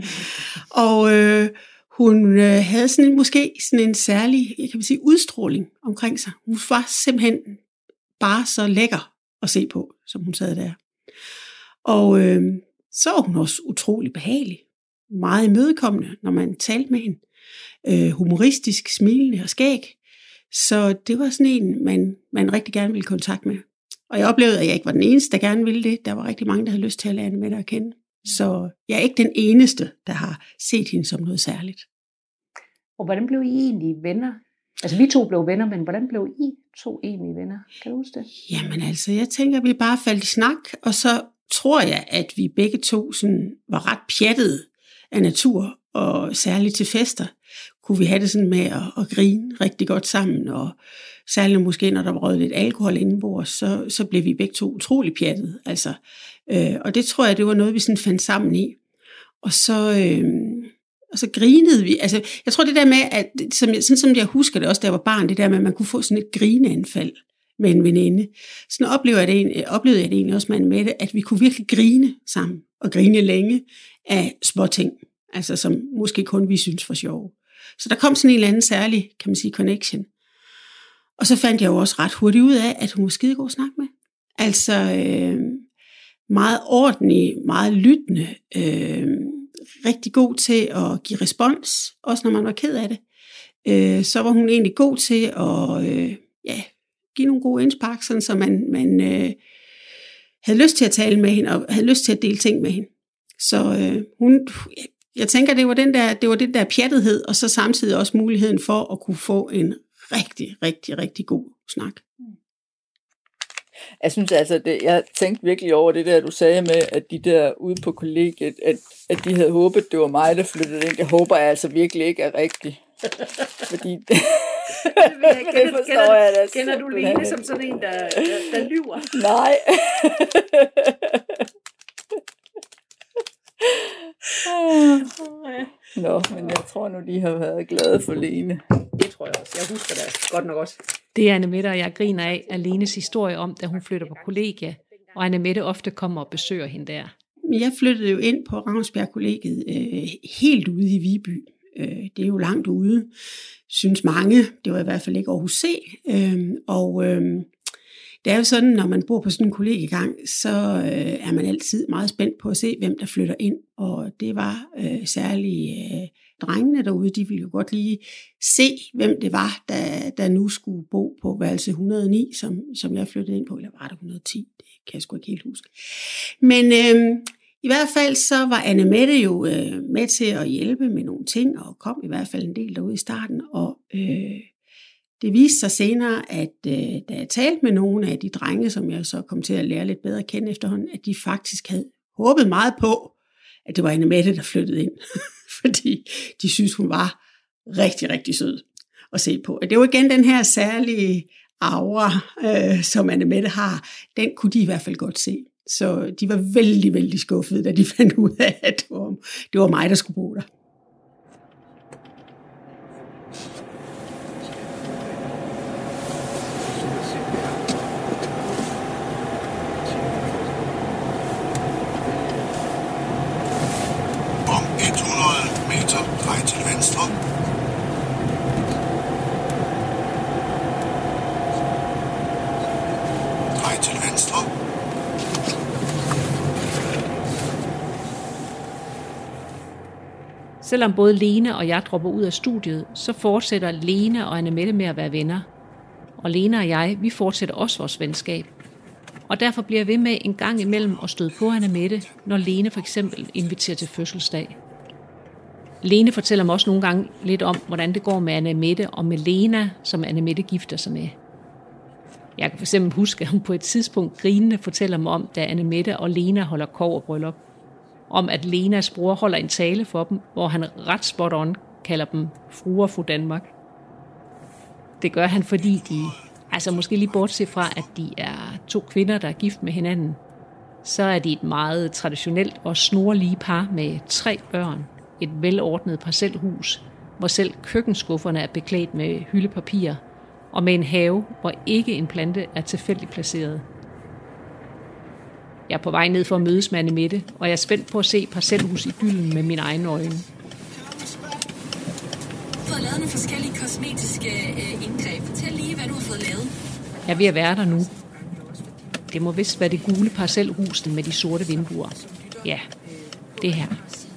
og øh, hun øh, havde sådan en, måske sådan en særlig, jeg kan sige, udstråling omkring sig. Hun var simpelthen bare så lækker at se på, som hun sad der. Og øh, så var hun også utrolig behagelig. Meget imødekommende, når man talte med hende. Øh, humoristisk, smilende og skæg. Så det var sådan en, man, man rigtig gerne ville kontakt med. Og jeg oplevede, at jeg ikke var den eneste, der gerne ville det. Der var rigtig mange, der havde lyst til at lære Annemette at kende. Så jeg er ikke den eneste, der har set hende som noget særligt. Og hvordan blev I egentlig venner? Altså vi to blev venner, men hvordan blev I to egentlig venner? Kan du huske det? Jamen altså, jeg tænker, at vi bare faldt i snak. Og så tror jeg, at vi begge to sådan var ret pjattede af natur. Og særligt til fester kunne vi have det sådan med at, at grine rigtig godt sammen. Og særligt måske, når der var røget lidt alkohol indenbords, så, så blev vi begge to utrolig pjattede. Altså, øh, og det tror jeg, det var noget, vi sådan fandt sammen i. Og så, øh, og så grinede vi. Altså, jeg tror det der med, at som jeg, sådan som jeg husker det også, da jeg var barn, det der med, at man kunne få sådan et grineanfald med en veninde. Sådan oplevede jeg det, oplevede jeg det egentlig også med Annemette, at vi kunne virkelig grine sammen, og grine længe af små ting. Altså som måske kun vi synes var sjove. Så der kom sådan en eller anden særlig, kan man sige, connection. Og så fandt jeg jo også ret hurtigt ud af, at hun var skidegod at snakke med. Altså øh, meget ordentlig, meget lyttende, øh, rigtig god til at give respons, også når man var ked af det. Øh, så var hun egentlig god til at øh, ja, give nogle gode indspark, sådan så man, man øh, havde lyst til at tale med hende, og havde lyst til at dele ting med hende. Så øh, hun... Jeg tænker, det var den der, det var den der pjattethed, og så samtidig også muligheden for at kunne få en rigtig, rigtig, rigtig god snak. Jeg synes altså, det, jeg tænkte virkelig over det der, du sagde med, at de der ude på kollegiet, at, at de havde håbet, det var mig, der flyttede ind. Det håber jeg altså virkelig ikke er rigtigt. Fordi det, det forstår jeg da. Kender du Lene som sådan en, der, der, der lyver? Nej. Nå, men jeg tror nu, de har været glade for Lene. Det tror jeg også. Jeg husker det godt nok også. Det er Annemette, og jeg griner af, af Lenes historie om, da hun flytter på kollegie, og Annemette ofte kommer og besøger hende der. Jeg flyttede jo ind på Ravnsbjerg-kollegiet øh, helt ude i Viby. Øh, det er jo langt ude, synes mange. Det var i hvert fald ikke Aarhus C. Øh, og øh, det er jo sådan, når man bor på sådan en kollegiegang, så øh, er man altid meget spændt på at se, hvem der flytter ind. Og det var øh, særligt øh, drengene derude, de ville jo godt lige se, hvem det var, der, der nu skulle bo på værelse et hundrede og ni, som, som jeg flyttede ind på. Eller var det et hundrede og ti? Det kan jeg sgu ikke helt huske. Men øh, i hvert fald så var Annemette jo øh, med til at hjælpe med nogle ting, og kom i hvert fald en del derude i starten. Og øh, det viste sig senere, at øh, da jeg talte med nogle af de drenge, som jeg så kom til at lære lidt bedre at kende efterhånden, at de faktisk havde håbet meget på, at det var Annemette, der flyttede ind. Fordi de synes, hun var rigtig, rigtig sød at se på. Og det var igen den her særlige aura, øh, som Annemette har. Den kunne de i hvert fald godt se. Så de var vældig, vældig skuffede, da de fandt ud af, at det var, det var mig, der skulle bo der. Om hundrede meter drej til venstre. Selvom både Lene og jeg dropper ud af studiet, så fortsætter Lene og Annemette med at være venner. Og Lene og jeg, vi fortsætter også vores venskab. Og derfor bliver jeg ved med en gang imellem at støde på Annemette, når Lene for eksempel inviterer til fødselsdag. Lene fortæller mig også nogle gange lidt om, hvordan det går med Annemette og med Lena, som Annemette gifter sig med. Jeg kan for eksempel huske, at hun på et tidspunkt grinende fortæller mig om, da Annemette og Lena holder kobberbryllup. Om at Lenas bror holder en tale for dem, hvor han ret spot on kalder dem fruer fru Danmark. Det gør han, fordi de, altså måske lige bortset fra, at de er to kvinder, der er gift med hinanden, så er de et meget traditionelt og snorlige par med tre børn, et velordnet parcelhus, hvor selv køkkenskufferne er beklædt med hyldepapir, og med en have, hvor ikke en plante er tilfældigt placeret. Jeg er på vej ned for at mødes med Annemette, og jeg er spændt på at se parcelhus i Gylden med mine egne øjne. Jeg har fået lavet nogle forskellige kosmetiske øh, indgreb. Fortæl lige, hvad du har fået lavet. Jeg er ved at være der nu. Det må vist være det gule parcelhus med de sorte vinduer. Ja, det her.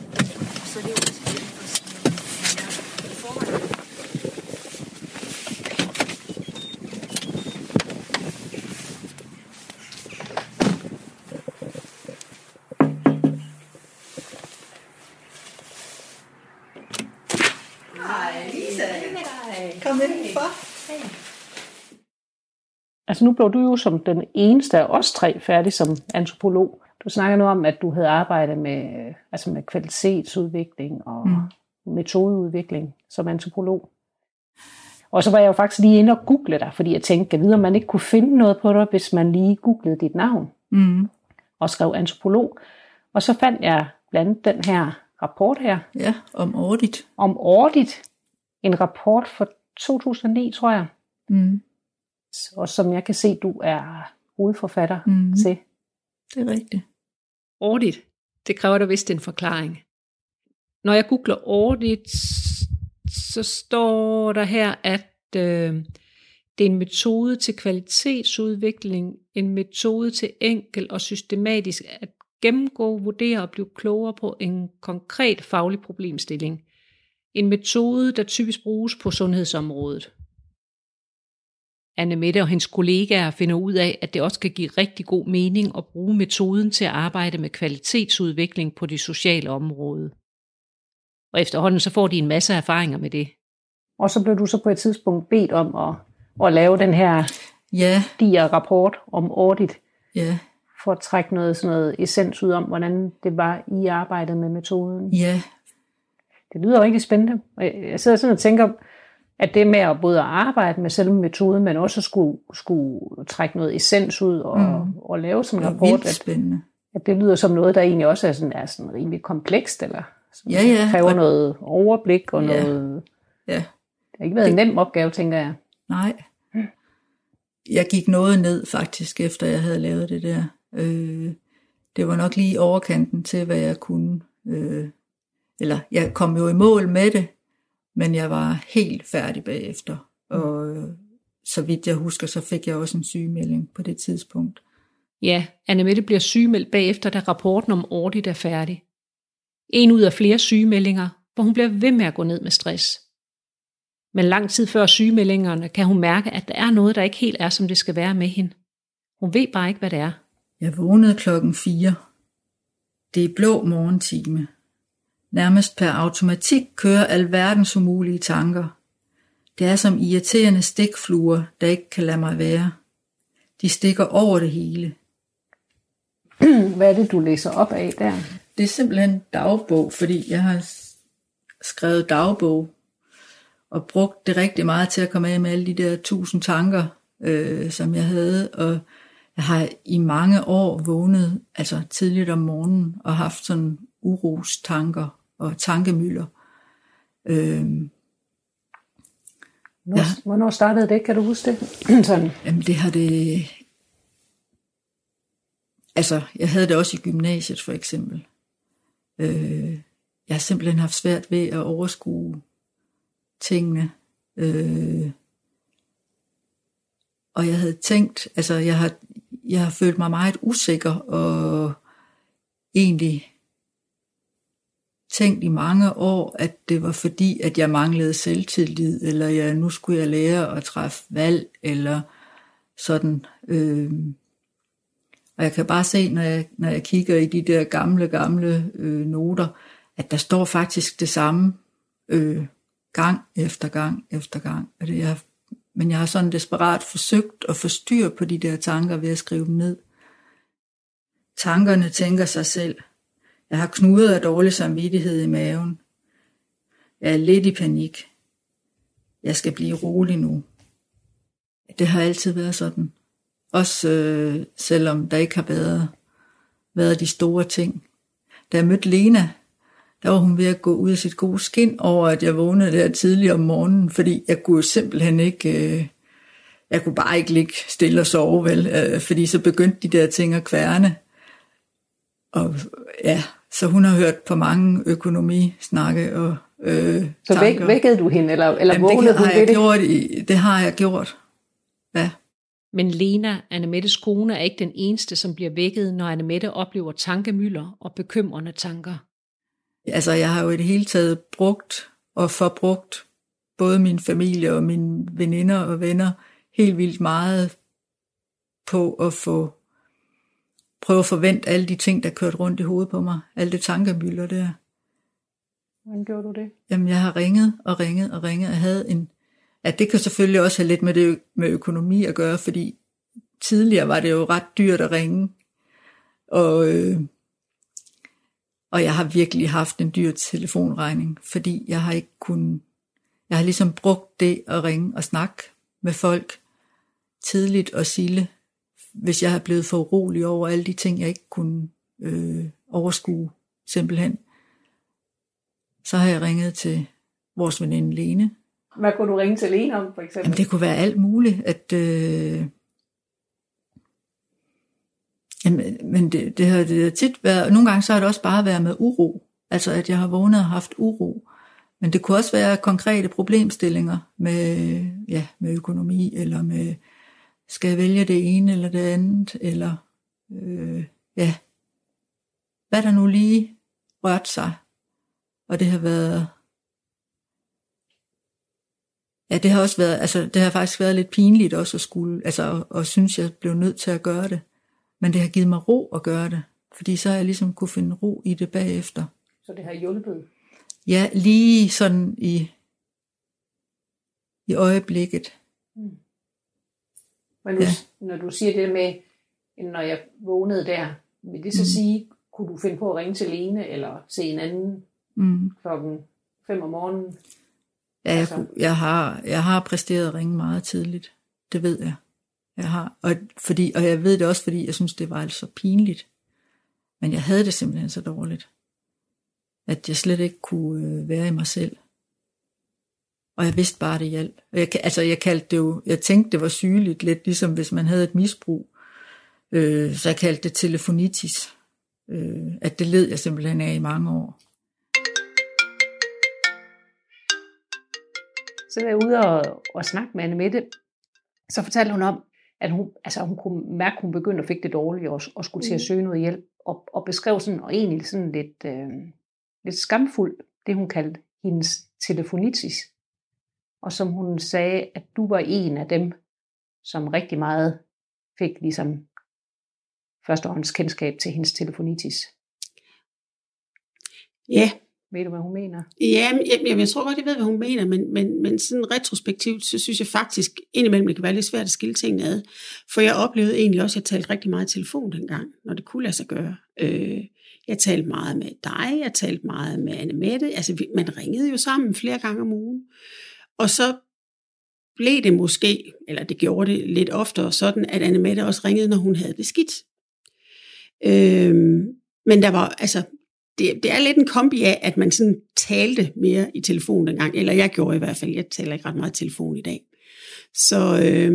Kom indenfor. Altså nu blev du jo som den eneste af os tre færdig som antropolog. Du snakker nu om, at du havde arbejdet med, altså med kvalitetsudvikling og mm. metodeudvikling som antropolog. Og så var jeg jo faktisk lige inde og google dig, fordi jeg tænkte, jeg ved, om man ikke kunne finde noget på dig, hvis man lige googlede dit navn Mm. og skrev antropolog. Og så fandt jeg blandt andet den her rapport her Ja, om audit. om audit. En rapport fra to tusind og ni, tror jeg. Mm. Og som jeg kan se, du er hovedforfatter Mm. til. Det er rigtigt. Audit, det kræver da vist en forklaring. Når jeg googler audit, så står der her, at øh, det er en metode til kvalitetsudvikling, en metode til enkel og systematisk at gennemgå, vurdere og blive klogere på en konkret faglig problemstilling. En metode, der typisk bruges på sundhedsområdet. Annemette og hendes kollegaer finder ud af, at det også kan give rigtig god mening at bruge metoden til at arbejde med kvalitetsudvikling på det sociale område. Og efterhånden så får de en masse erfaringer med det. Og så blev du så på et tidspunkt bedt om at, at lave den her Ja, digre rapport om audit, ja, for at trække noget, sådan noget essens ud om, hvordan det var, I arbejdede med metoden. ja. Det lyder rigtig spændende. Og jeg jeg sidder sådan og tænker, at det med at både at arbejde med selve metoden, men også skulle, skulle trække noget essens ud og, Mm. og lave sådan Det en var rapport, vildt at, spændende. at det lyder som noget, der egentlig også er sådan, er sådan rimelig komplekst, eller som Ja, ja. kræver Og- noget overblik og Ja. noget... Ja, Det har ikke været en nem opgave, tænker jeg. nej. Jeg gik noget ned faktisk, efter jeg havde lavet det der. Øh, det var nok lige overkanten til, hvad jeg kunne. Øh, eller jeg kom jo i mål med det, men jeg var helt færdig bagefter. Og øh, så vidt jeg husker, så fik jeg også en sygemelding på det tidspunkt. Ja, Annemette bliver sygemeldt bagefter, da rapporten om audit er færdig. En ud af flere sygemeldinger, hvor hun bliver ved med at gå ned med stress. Men lang tid før sygemeldingerne kan hun mærke, at der er noget, der ikke helt er, som det skal være med hende. Hun ved bare ikke, hvad det er. Jeg vågnede klokken fire. Det er blå morgentime. Nærmest per automatik kører alverdens umulige tanker. Det er som irriterende stikfluer, der ikke kan lade mig være. De stikker over det hele. Hvad er det, du læser op af der? Det er simpelthen dagbog, fordi jeg har s- skrevet dagbog og brugt det rigtig meget til at komme af med alle de der tusind tanker, øh, som jeg havde. Og jeg har i mange år vågnet, altså tidligt om morgenen, og haft sådan urostanker og tankemylder. Øh, Hvornår, Ja. hvornår startede det? Kan du huske det? Sådan. Jamen det har det... Altså, jeg havde det også i gymnasiet for eksempel. Øh, jeg har simpelthen haft svært ved at overskue tingene. Øh, og jeg havde tænkt, altså jeg har, jeg har følt mig meget usikker og egentlig tænkt i mange år, at det var fordi, at jeg manglede selvtillid, eller jeg, nu skulle jeg lære at træffe valg, eller sådan. Øh, og jeg kan bare se, når jeg, når jeg kigger i de der gamle, gamle øh, noter, at der står faktisk det samme øh, gang efter gang efter gang. Og det, jeg, men jeg har sådan desperat forsøgt at få styr på de der tanker ved at skrive dem ned. Tankerne tænker sig selv. Jeg har knudet af dårlig samvittighed i maven. Jeg er lidt i panik. Jeg skal blive rolig nu. Det har altid været sådan. Også øh, selvom der ikke har været, været de store ting. Da jeg mødte Lena, der var hun ved at gå ud af sit gode skin over, at jeg vågnede der tidligt om morgenen, fordi jeg kunne simpelthen ikke, øh, jeg kunne bare ikke ligge stille og sove, vel, øh, fordi så begyndte de der ting at kværne. Og ja, så hun har hørt på mange økonomisnakke og øh, Så væk, vækkede du hende, eller, eller Jamen, vågnede det hun har ved jeg det? Gjort i, det har jeg gjort, ja. Men Lena, Annemettes kone, er ikke den eneste, som bliver vækket, når Annemette oplever tankemylder og bekymrende tanker. Altså, jeg har jo i det hele taget brugt og forbrugt både min familie og mine veninder og venner helt vildt meget på at få prøve at forvente alle de ting, der kørte rundt i hovedet på mig. Alle det tankemylder der. Hvordan gjorde du det? Jamen, jeg har ringet og ringet og ringet. Jeg havde en... At det kan selvfølgelig også have lidt med, det, med økonomi at gøre, fordi tidligere var det jo ret dyrt at ringe. Og, øh, og jeg har virkelig haft en dyr telefonregning, fordi jeg har ikke kunnet... Jeg har ligesom brugt det at ringe og snakke med folk tidligt og sille, hvis jeg har blevet for urolig over alle de ting, jeg ikke kunne øh, overskue simpelthen. Så har jeg ringet til vores veninde Lene. Hvad kunne du ringe til Lene om, for eksempel? Jamen, det kunne være alt muligt. At, øh, jamen, men det, det, har, det har tit været, nogle gange så har det også bare været med uro. Altså at jeg har vågnet og haft uro. Men det kunne også være konkrete problemstillinger med, ja, med økonomi, eller med, skal jeg vælge det ene eller det andet, eller øh, ja, hvad der nu lige rørte sig. Og det har været, ja, det har også været, altså det har faktisk været lidt pinligt også at skulle, altså og, og synes jeg blev nødt til at gøre det. Men det har givet mig ro at gøre det, fordi så har jeg ligesom kunne finde ro i det bagefter. Så det har hjulpet? Ja, lige sådan i, i øjeblikket. Mm. Men nu, ja. Når du siger det med, når jeg vågnede der, vil det så mm. sige, kunne du finde på at ringe til Lene, eller se en anden mm. klokken fem om morgenen? Ja, jeg, altså. jeg, har, jeg har præsteret at ringe meget tidligt. Det ved jeg. Jeg har, og, fordi, og jeg ved det også, fordi jeg synes, det var altså pinligt. Men jeg havde det simpelthen så dårligt, at jeg slet ikke kunne være i mig selv. Og jeg vidste bare, det hjalp. Jeg, altså, jeg kaldte det jo, jeg tænkte, det var sygeligt, lidt ligesom hvis man havde et misbrug. Øh, så jeg kaldte det telefonitis. Øh, at det led jeg simpelthen af i mange år. Så var jeg ude og, og snakke med Annemette. Så fortalte hun om, at hun, altså, hun kunne mærke, at hun begyndte at fik det dårligt, og, og skulle til at søge noget hjælp. Og, og beskrev sådan, og egentlig sådan lidt, øh, lidt skamfuldt, det hun kaldte hendes telefonitis. Og som hun sagde, at du var en af dem, som rigtig meget fik ligesom førstehåndskendskab til hendes telefonitis. Ja. Ved du, hvad hun mener? Ja, jeg, jeg tror godt, jeg ved, hvad hun mener, men, men, men sådan retrospektivt, så synes jeg faktisk, indimellem det kan være lidt svært at skille tingene ad. For jeg oplevede egentlig også, at jeg talte rigtig meget i telefon dengang, når det kunne lade sig gøre. Øh, jeg talte meget med dig, jeg talte meget med Annemette, altså man ringede jo sammen flere gange om ugen. Og så blev det måske, eller det gjorde det lidt oftere sådan, at Annemette også ringede, når hun havde det skidt. Øh, men der var, altså, det, det er lidt en kombi af, at man sådan talte mere i telefon dengang, eller jeg gjorde i hvert fald, jeg taler ikke ret meget i telefon i dag. Så øh,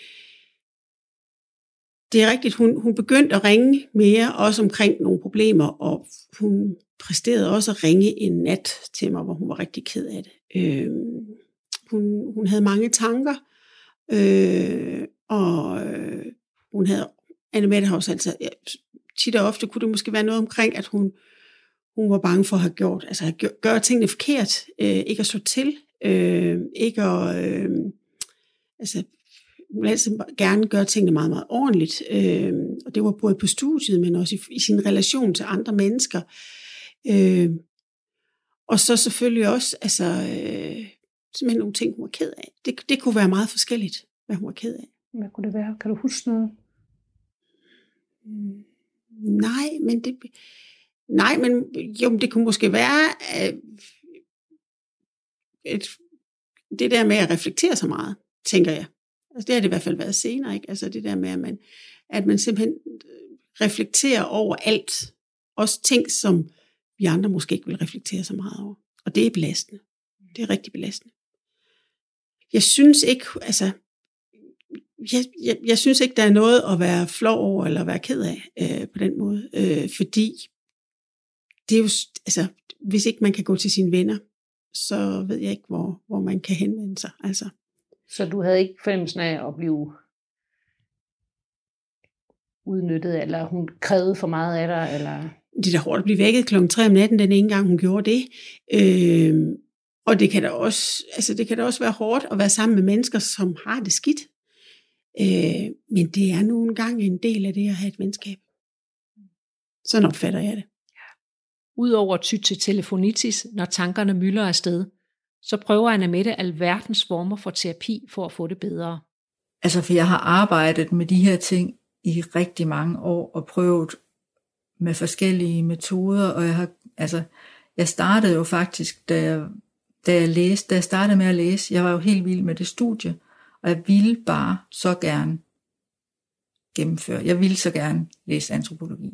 det er rigtigt, hun, hun begyndte at ringe mere, også omkring nogle problemer, og hun præsterede også at ringe en nat til mig, hvor hun var rigtig ked af det. Øh, hun, hun havde mange tanker, øh, og øh, hun havde, Annemette har også altså, tit og ofte kunne det måske være noget omkring, at hun, hun var bange for at have gjort, altså at gøre, gøre tingene forkert, øh, ikke at slå til, øh, ikke at, øh, altså hun ville altid gerne gøre tingene meget, meget ordentligt, øh, og det var både på studiet, men også i, i sin relation til andre mennesker. Øh, og så selvfølgelig også, altså, øh, simpelthen nogle ting, hun var ked af. Det, det kunne være meget forskelligt, hvad hun var ked af. Hvad kunne det være? Kan du huske noget? Mm, nej, men det... Nej, men jo, det kunne måske være øh, et, det der med at reflektere så meget, tænker jeg. Altså, det har det i hvert fald været senere, ikke? Altså det der med, at man, at man simpelthen reflekterer over alt. Også ting, som vi andre måske ikke vil reflektere så meget over. Og det er belastende. Det er rigtig belastende. Jeg synes ikke, altså, jeg, jeg, jeg synes ikke, der er noget at være flov over, eller være ked af øh, på den måde. Øh, fordi det er jo, altså, hvis ikke man kan gå til sine venner, så ved jeg ikke, hvor, hvor man kan henvende sig. Altså. Så du havde ikke fornemmelsen af at blive udnyttet, eller hun krævede for meget af dig? Eller? Det er da hårdt at blive vækket klokken tre om natten, den ene gang hun gjorde det. Øh, og det kan, da også, altså, det kan da også være hårdt at være sammen med mennesker, som har det skidt. Øh, men det er nogle gange en del af det at have et venskab. Sådan opfatter jeg det. Udover at ty til telefonitis, når tankerne myldrer afsted, så prøver Anne-Mette alverdens former for terapi for at få det bedre. Altså, for jeg har arbejdet med de her ting i rigtig mange år og prøvet med forskellige metoder, og jeg har, altså, jeg startede jo faktisk, da jeg, da jeg læste, da jeg startede med at læse, jeg var jo helt vild med det studie, og jeg ville bare så gerne gennemføre. Jeg ville så gerne læse antropologi.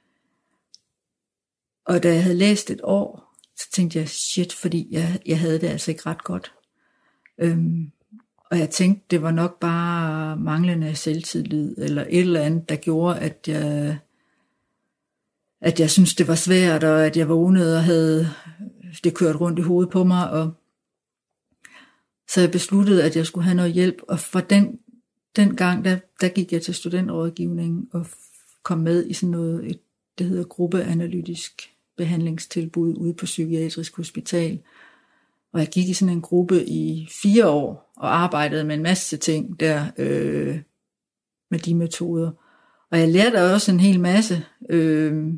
Og da jeg havde læst et år, så tænkte jeg, shit, fordi jeg, jeg havde det altså ikke ret godt. Øhm, og jeg tænkte, det var nok bare manglende selvtillid, eller et eller andet, der gjorde, at jeg, at jeg syntes, det var svært, og at jeg vågnede og havde det kørt rundt i hovedet på mig. Og så jeg besluttede, at jeg skulle have noget hjælp, og fra den, den gang, der, der gik jeg til studentrådgivningen og kom med i sådan noget, et, det hedder gruppeanalytisk behandlingstilbud ude på Psykiatrisk Hospital. Og jeg gik i sådan en gruppe i fire år og arbejdede med en masse ting der øh, med de metoder. Og jeg lærte også en hel masse. Øh,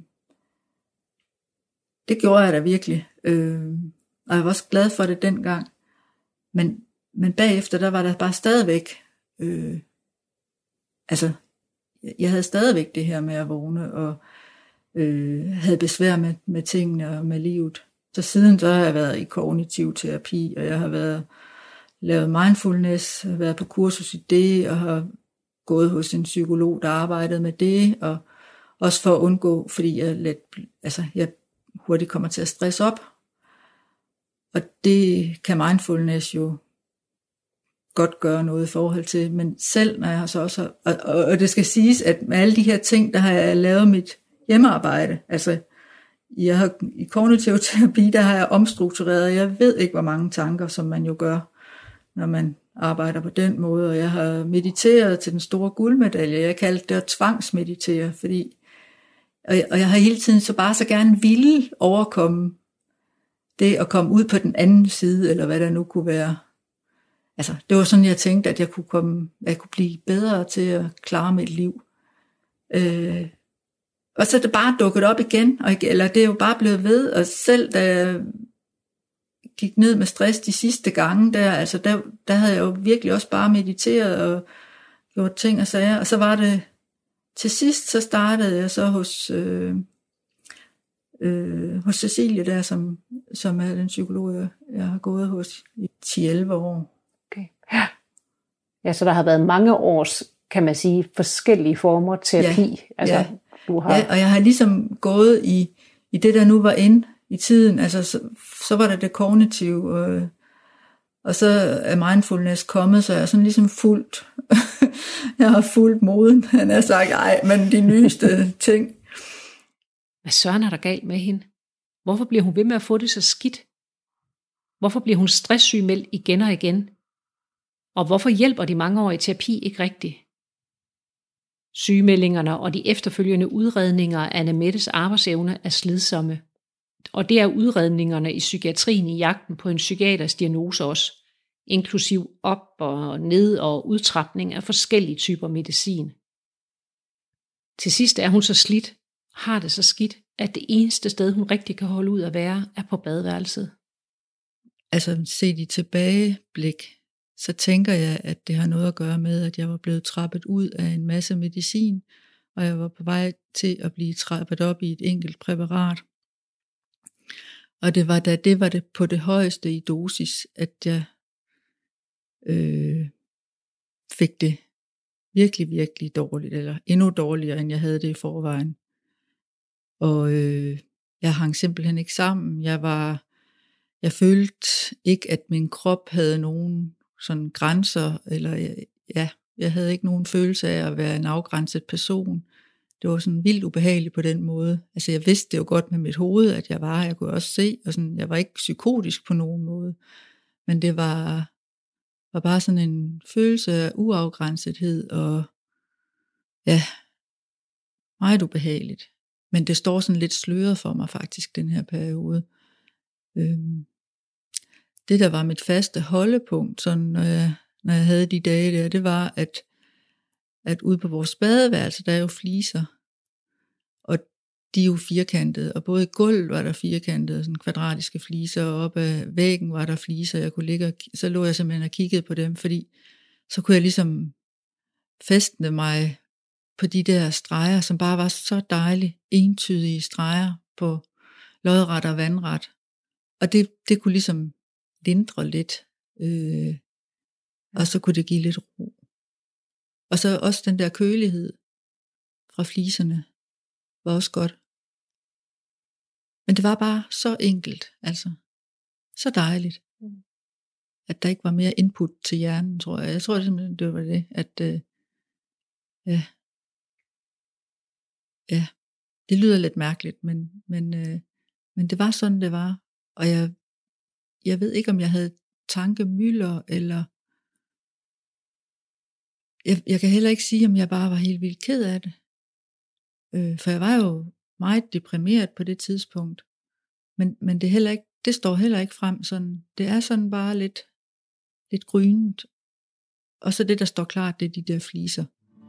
det gjorde jeg da virkelig. Øh, og jeg var også glad for det dengang. Men, men bagefter, der var der bare stadigvæk, øh, altså, jeg havde stadigvæk det her med at vågne, og øh, havde besvær med, med tingene og med livet. Så siden så har jeg været i kognitiv terapi, og jeg har været lavet mindfulness, har været på kursus i det, og har gået hos en psykolog, der arbejdede med det, og også for at undgå, fordi jeg, let, altså, jeg hurtigt kommer til at stresse op. Og det kan mindfulness jo godt gøre noget i forhold til, men selv når jeg så også, og, og, og det skal siges, at med alle de her ting, der har jeg lavet mit hjemmearbejde, altså jeg har, i kognitiv terapi, der har jeg omstruktureret, jeg ved ikke, hvor mange tanker, som man jo gør, når man arbejder på den måde, og jeg har mediteret til den store guldmedalje, jeg kaldte det at tvangsmeditere, fordi, og jeg, og jeg har hele tiden så bare så gerne ville overkomme det at komme ud på den anden side, eller hvad der nu kunne være. Altså, det var sådan, jeg tænkte, at jeg kunne, komme, jeg kunne blive bedre til at klare mit liv. Øh, og så er det bare dukket op igen, og, eller det er jo bare blevet ved, og selv da jeg gik ned med stress de sidste gange, der, altså der, der havde jeg jo virkelig også bare mediteret og gjort ting og sager, og så var det, til sidst så startede jeg så hos... Øh, Øh, hos Cecilie der, som, som er den psykolog, jeg, jeg har gået hos i ti til elleve år. Okay. Ja. Ja, så der har været mange års, kan man sige, forskellige former terapi. Ja, altså, ja. Du har... ja, og jeg har ligesom gået i, i det, der nu var inde i tiden. Altså, så, så var der det kognitive, og, og så er mindfulness kommet, så jeg er sådan ligesom fuldt, jeg har fuldt moden. Han har sagt, ej, men de nyeste ting. Hvad søren er der galt med hende? Hvorfor bliver hun ved med at få det så skidt? Hvorfor bliver hun stresssygemeldt igen og igen? Og hvorfor hjælper de mangeårige terapi ikke rigtigt? Sygemeldingerne og de efterfølgende udredninger af Anne-Mettes arbejdsevne er slidsomme. Og det er udredningerne i psykiatrien i jagten på en psykiaters diagnose også, inklusiv op og ned og udtrapning af forskellige typer medicin. Til sidst er hun så slidt, har det så skidt, at det eneste sted, hun rigtig kan holde ud at være, er på badeværelset. Altså set i tilbageblik, så tænker jeg, at det har noget at gøre med, at jeg var blevet trappet ud af en masse medicin, og jeg var på vej til at blive trappet op i et enkelt præparat. Og det var da det var det på det højeste i dosis, at jeg øh, fik det virkelig, virkelig dårligt, eller endnu dårligere, end jeg havde det i forvejen. Og øh, jeg hang simpelthen ikke sammen. Jeg var, jeg følte ikke, at min krop havde nogen sådan grænser, eller ja, jeg havde ikke nogen følelse af at være en afgrænset person. Det var sådan vildt ubehageligt på den måde. Altså jeg vidste det jo godt med mit hoved, at jeg var, jeg kunne også se, og sådan, jeg var ikke psykotisk på nogen måde. Men det var, var bare sådan en følelse af uafgrænsethed, og ja, meget ubehageligt. Men det står sådan lidt sløret for mig faktisk, den her periode. Øhm, det der var mit faste holdepunkt, sådan, når, jeg, når jeg havde de dage der, det var, at, at ude på vores badeværelse, der er jo fliser, og de er jo firkantede, og både i gulv var der firkantede, sådan kvadratiske fliser, og op ad væggen var der fliser, jeg kunne ligge og, så lå jeg simpelthen og kiggede på dem, fordi så kunne jeg ligesom fæstne mig på de der streger, som bare var så dejligt entydige streger på lodret og vandret. Og det, det kunne ligesom lindre lidt, øh, og så kunne det give lidt ro. Og så også den der kølighed fra fliserne var også godt. Men det var bare så enkelt, altså så dejligt, at der ikke var mere input til hjernen, tror jeg. Jeg tror simpelthen, det var det, at øh, ja, ja, det lyder lidt mærkeligt, men, men, øh, men det var sådan, det var. Og jeg, jeg ved ikke, om jeg havde tankemylder, eller jeg, jeg kan heller ikke sige, om jeg bare var helt vildt ked af det. Øh, for jeg var jo meget deprimeret på det tidspunkt. Men, men det, er heller ikke, det står heller ikke frem sådan. Det er sådan bare lidt, lidt grynet. Og så det, der står klart, det er de der fliser.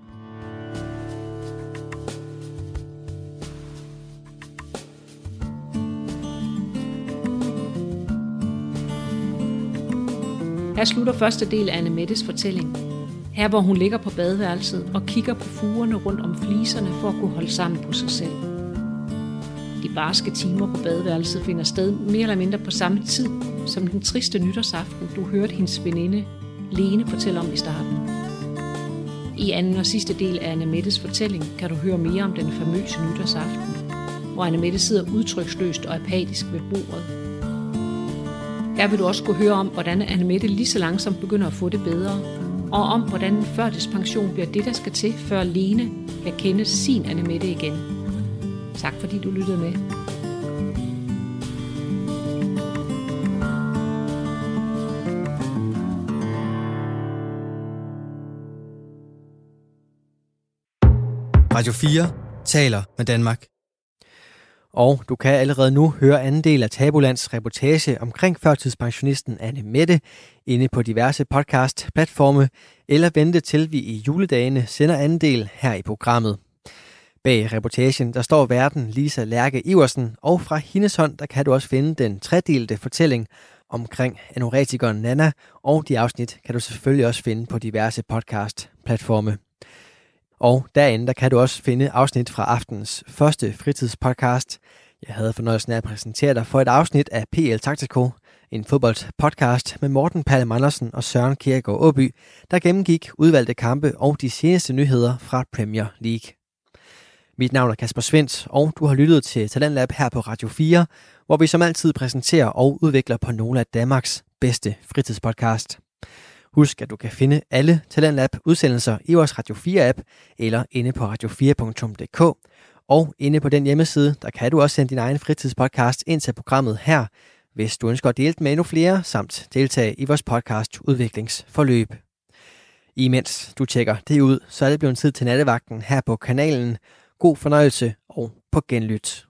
Her slutter første del af Anne-Mettes fortælling. Her hvor hun ligger på badeværelset og kigger på fugerne rundt om fliserne for at kunne holde sammen på sig selv. De barske timer på badeværelset finder sted mere eller mindre på samme tid som den triste nytårsaften, du hørte hendes veninde Lene fortælle om i starten. I anden og sidste del af Anne-Mettes fortælling kan du høre mere om den famøse nytårsaften, hvor Anne-Mette sidder udtryksløst og apatisk ved bordet. Her vil du også kunne høre om, hvordan Anne-Mette lige så langsomt begynder at få det bedre, og om, hvordan en førtidspension bliver det, der skal til, før Lene kan kende sin Anne-Mette igen. Tak fordi du lyttede med. Radio fire taler med Danmark. Og du kan allerede nu høre anden del af Tabulands reportage omkring førtidspensionisten Anne-Mette inde på diverse podcast-platforme, eller vente til vi i juledagene sender anden del her i programmet. Bag reportagen der står værten Lisa Lærke Iversen, og fra hendes hånd der kan du også finde den tredelte fortælling omkring anorektikeren Nana, og de afsnit kan du selvfølgelig også finde på diverse podcast-platforme. Og derinde der kan du også finde afsnit fra aftens første fritidspodcast. Jeg havde fornøjelsen af at præsentere dig for et afsnit af P L Taktiko, en fodboldpodcast med Morten Palm Andersen og Søren Kierkegaard Åby, der gennemgik udvalgte kampe og de seneste nyheder fra Premier League. Mit navn er Kasper Svendt, og du har lyttet til Talentlab her på Radio fire, hvor vi som altid præsenterer og udvikler på nogle af Danmarks bedste fritidspodcast. Husk, at du kan finde alle Talentlab-udsendelser i vores Radio fire-app eller inde på radio fire punktum d k. Og inde på den hjemmeside, der kan du også sende din egen fritidspodcast ind til programmet her, hvis du ønsker at dele med endnu flere, samt deltage i vores podcast udviklingsforløb. Imens du tjekker det ud, så er det blevet tid til nattevagten her på kanalen. God fornøjelse og på genlyt.